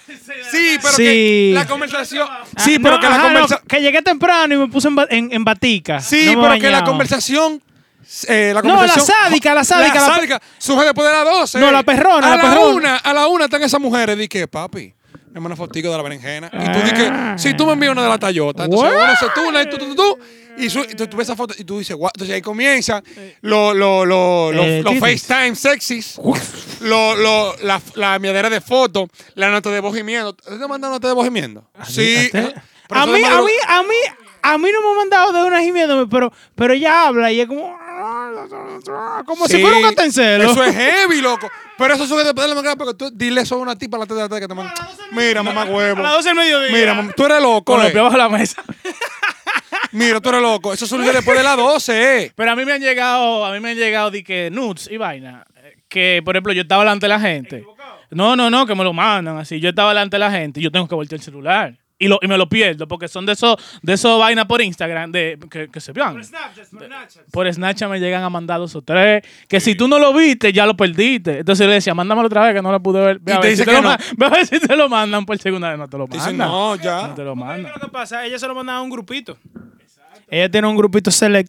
Speaker 2: Sí, pero
Speaker 3: Sí.
Speaker 2: que la conversación. Sí,
Speaker 3: Ah,
Speaker 2: pero
Speaker 3: no,
Speaker 2: que la
Speaker 3: ajá, no,
Speaker 2: conversación.
Speaker 3: que llegué temprano y me puse en, ba- en, en batica.
Speaker 2: Sí,
Speaker 3: No me
Speaker 2: pero que la
Speaker 3: bañaba.
Speaker 2: conversación. Eh, la
Speaker 3: No, la
Speaker 2: conversación
Speaker 3: sádica, la sádica,
Speaker 2: La
Speaker 3: la-
Speaker 2: sádica surge después de las doce.
Speaker 3: No, la perrona,
Speaker 2: A
Speaker 3: la
Speaker 2: la,
Speaker 3: perrona.
Speaker 2: una, a la una están esas mujeres. Di que, papi, dame una fotico de la berenjena. Y tú di que, si tú me envías una de la Toyota. Entonces
Speaker 3: What?
Speaker 2: uno se tuna y tú, tú, tú, tú. Y, su- y tú, tú ves esa foto y tú dices, "What?". Entonces ahí comienzan los lo, lo, lo,
Speaker 3: Eh,
Speaker 2: los
Speaker 3: titis.
Speaker 2: FaceTime sexys, lo, lo, la, la miadera de fotos, la nota de voz gimiendo. ¿Te mandan nota de voz gimiendo? Sí.
Speaker 3: ¿A,
Speaker 2: eso- pero
Speaker 3: a
Speaker 2: eso
Speaker 3: mí,
Speaker 2: de
Speaker 3: a
Speaker 2: madrugada-
Speaker 3: mí, a mí, a mí no me han mandado de una gimiéndome, pero, pero ella habla y es como. Como si
Speaker 2: Sí,
Speaker 3: fuera un catencelo.
Speaker 2: Eso es heavy, loco. Pero eso sube después de la mañana porque tú dile eso a una tipa a las tres de la tarde que te manda. Mira, mamá huevo.
Speaker 3: A las doce del mediodía.
Speaker 2: Mira, mamá, tú eres loco.
Speaker 4: Con los
Speaker 2: eh.
Speaker 4: pies bajo la mesa.
Speaker 2: Mira, tú eres loco. Eso surge después de las doce, eh.
Speaker 4: Pero a mí me han llegado, a mí me han llegado de que nudes y vaina. eh, Que, por ejemplo, yo estaba delante de la gente. No, no, no, que me lo mandan así. Yo estaba delante de la gente y yo tengo que voltear el celular. Y, lo, y me lo pierdo porque son de esos de esos vainas por Instagram de, que, que se vean. Por Snapchat me llegan a mandar dos o tres. Que si tú no lo viste, ya lo perdiste. Entonces yo le decía, mándamelo otra vez que no lo pude ver. Ve
Speaker 2: Y
Speaker 4: a
Speaker 2: te
Speaker 4: ver
Speaker 2: dice
Speaker 4: si
Speaker 2: que
Speaker 4: lo
Speaker 2: no.
Speaker 4: ma- ve a ver si te lo mandan por segunda vez. No te lo mandan.
Speaker 2: Dicen, no, ya.
Speaker 4: No te lo mandan.
Speaker 3: Lo que pasa, ella se lo mandaba a un grupito. Ella tiene un grupito select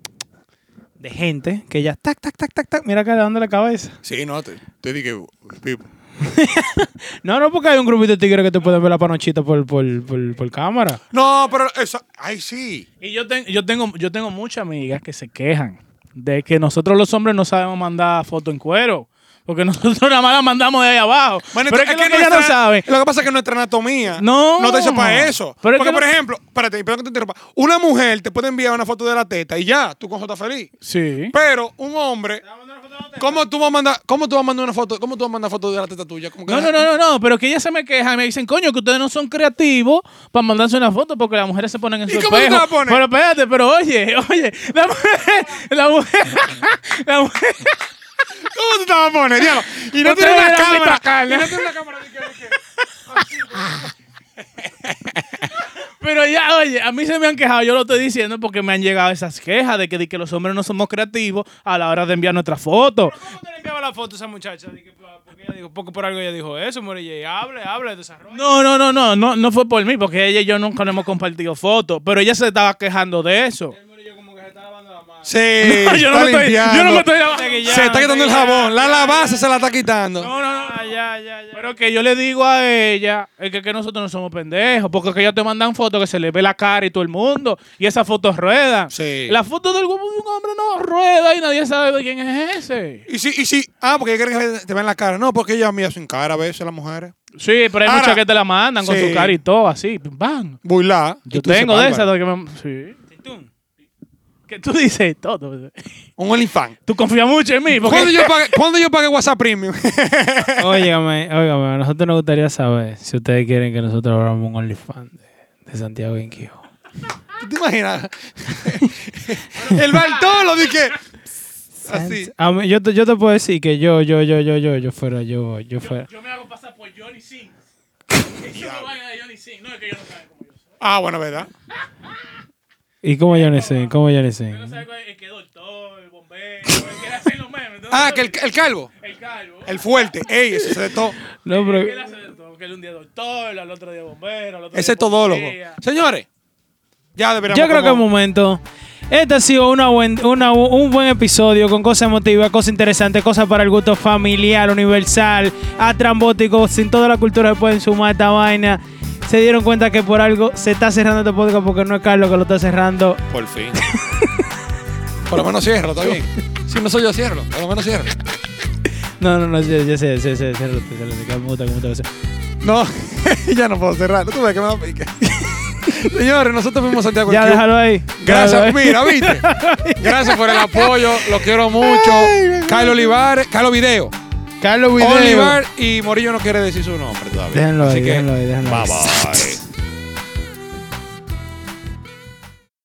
Speaker 3: de gente que ya tac, tac, tac, tac, tac. Mira que le dan de la cabeza.
Speaker 2: Sí, no, te, te dije, Pipo.
Speaker 3: No, no, porque hay un grupito de tigres que te pueden ver la panochita por, por, por, por cámara.
Speaker 2: No, pero eso. Ay, sí.
Speaker 4: Y yo, ten- yo, tengo, yo tengo muchas amigas que se quejan de que nosotros los hombres no sabemos mandar fotos en cuero. Porque nosotros nada más la mandamos de ahí abajo.
Speaker 2: Bueno,
Speaker 4: pero es que,
Speaker 2: es
Speaker 4: lo que ella no sabe.
Speaker 2: Lo que pasa es que nuestra anatomía
Speaker 4: No.
Speaker 2: no te hizo para eso.
Speaker 4: Pero es
Speaker 2: Porque,
Speaker 4: que
Speaker 2: por
Speaker 4: no-
Speaker 2: ejemplo, espérate, perdón que te interrumpa. Una mujer te puede enviar una foto de la teta y ya, tú con eso estás feliz.
Speaker 4: Sí.
Speaker 2: Pero un hombre, ¿cómo tú vas a mandar, cómo tú vas a mandar una foto, cómo tú vas a mandar foto de la teta tuya? Como que-
Speaker 4: No, no, no, no, no, pero que ellas se me quejan y me dicen, coño, que ustedes no son creativos para mandarse una foto porque las mujeres se ponen en
Speaker 2: ¿Y
Speaker 4: su
Speaker 2: cómo tú te
Speaker 4: espejo.
Speaker 2: la pones?
Speaker 4: Pero espérate, pero oye, oye, la mujer, la mujer, la mujer.
Speaker 2: ¿Cómo tú te vas a poner? Diablo. Y no
Speaker 4: No
Speaker 2: tiene
Speaker 4: te
Speaker 2: una
Speaker 4: veas
Speaker 2: cámara.
Speaker 4: mitad carne.
Speaker 2: Y no tiene una cámara. de que- de que-
Speaker 4: Pero ya, oye, a mí se me han quejado, yo lo estoy diciendo porque me han llegado esas quejas de que, de que los hombres no somos creativos a la hora de enviar nuestras fotos.
Speaker 3: ¿Cómo te le enviaba la foto a esa muchacha? Dije, Porque, ella dijo, porque por algo ella dijo eso, Morilla. Y hable, hable, desarrolla.
Speaker 4: No, no, no, no, no, no fue por mí, porque ella y yo nunca nos hemos compartido fotos, pero ella se estaba quejando de eso.
Speaker 3: Morilla como que se está lavando la mano.
Speaker 2: Sí,
Speaker 4: No, yo, no
Speaker 2: está
Speaker 4: me estoy,
Speaker 2: limpiando.
Speaker 4: yo no me estoy lavando.
Speaker 2: Se está quitando el jabón. La lavasa se la está quitando.
Speaker 4: No, no, no.
Speaker 3: Ah, ya, ya, ya.
Speaker 4: Pero que yo le digo a ella es que, que nosotros no somos pendejos, porque que ellas te mandan fotos que se le ve la cara y todo el mundo, y esas fotos ruedan.
Speaker 2: Sí.
Speaker 4: La foto del huevo de un hombre no rueda y nadie sabe de quién es ese.
Speaker 2: Y sí, y sí. Ah, porque quieren que te vean la cara. No, porque ella mía sin cara a veces, las mujeres.
Speaker 4: Sí, pero hay
Speaker 2: Ahora,
Speaker 4: muchas que te la mandan con
Speaker 2: sí.
Speaker 4: su cara y todo, así, pim, pam.
Speaker 2: Builá.
Speaker 4: Yo
Speaker 2: Y tú dices,
Speaker 4: tengo de
Speaker 2: "Bárbaro".
Speaker 4: esas. Que me, sí. Que tú dices todo.
Speaker 2: Un OnlyFans.
Speaker 4: Tú confías mucho en mí. Porque
Speaker 2: ¿Cuándo yo pagué, ¿Cuándo yo pagué WhatsApp Premium?
Speaker 3: Óigame, óigame, a nosotros nos gustaría saber si ustedes quieren que nosotros abramos un OnlyFans de, de Santiago Inquijo.
Speaker 2: ¿Tú te imaginas? El Bartolo, dije. Así.
Speaker 3: A mí- yo, te, yo te puedo decir que yo, yo, yo, yo, yo, yo fuera, yo, yo fuera.
Speaker 4: yo me hago pasar por Johnny Sins. Eso no vaina de Johnny Sins. No es que yo no saben cómo yo soy.
Speaker 2: Ah, bueno, ¿verdad?
Speaker 3: ¿Y cómo yo no sé? ¿Cómo yo no sé?
Speaker 4: Yo no sé el que doctor, el bombero, el que hace los memes. ¿no?
Speaker 2: Ah, que el, el calvo.
Speaker 4: El calvo.
Speaker 2: El fuerte. Ey, ese es de todo.
Speaker 3: No,
Speaker 4: Que él
Speaker 3: pero...
Speaker 4: hace de todo. Que él un día doctor, al otro día bombero, al otro
Speaker 2: Ese
Speaker 4: día
Speaker 2: es todólogo.
Speaker 4: policía.
Speaker 2: Señores, ya deberíamos.
Speaker 3: Yo creo que es
Speaker 2: como-
Speaker 3: momento. Este ha sido una buen, una, un buen episodio con cosas emotivas, cosas interesantes, cosas para el gusto familiar, universal, atrambótico. Sin toda la cultura se pueden sumar a esta vaina. Se dieron cuenta que por algo se está cerrando este podcast porque no es Carlos que lo está cerrando.
Speaker 2: Por fin. Por lo menos cierro, está bien. Si no soy yo, cierro. Por lo menos cierro.
Speaker 3: No, no, no, yo, yo sé, sé, sé, sé, sé, sé, sé, que me gusta, que me gusta.
Speaker 2: No, ya no puedo cerrar. Tú ves que me da pique. Señores, nosotros fuimos a Santiago.
Speaker 3: Ya,
Speaker 2: Q.
Speaker 3: déjalo ahí.
Speaker 2: Gracias,
Speaker 3: déjalo ahí.
Speaker 2: mira, ¿viste? Gracias por el apoyo, lo quiero mucho. Carlos Olivar, Carlos Video.
Speaker 3: Carlos Video.
Speaker 2: Olivar y Morillo no quiere decir su nombre todavía.
Speaker 3: Déjenlo ahí,
Speaker 2: Así que,
Speaker 3: déjenlo ahí, déjenlo ahí.
Speaker 2: bye bye.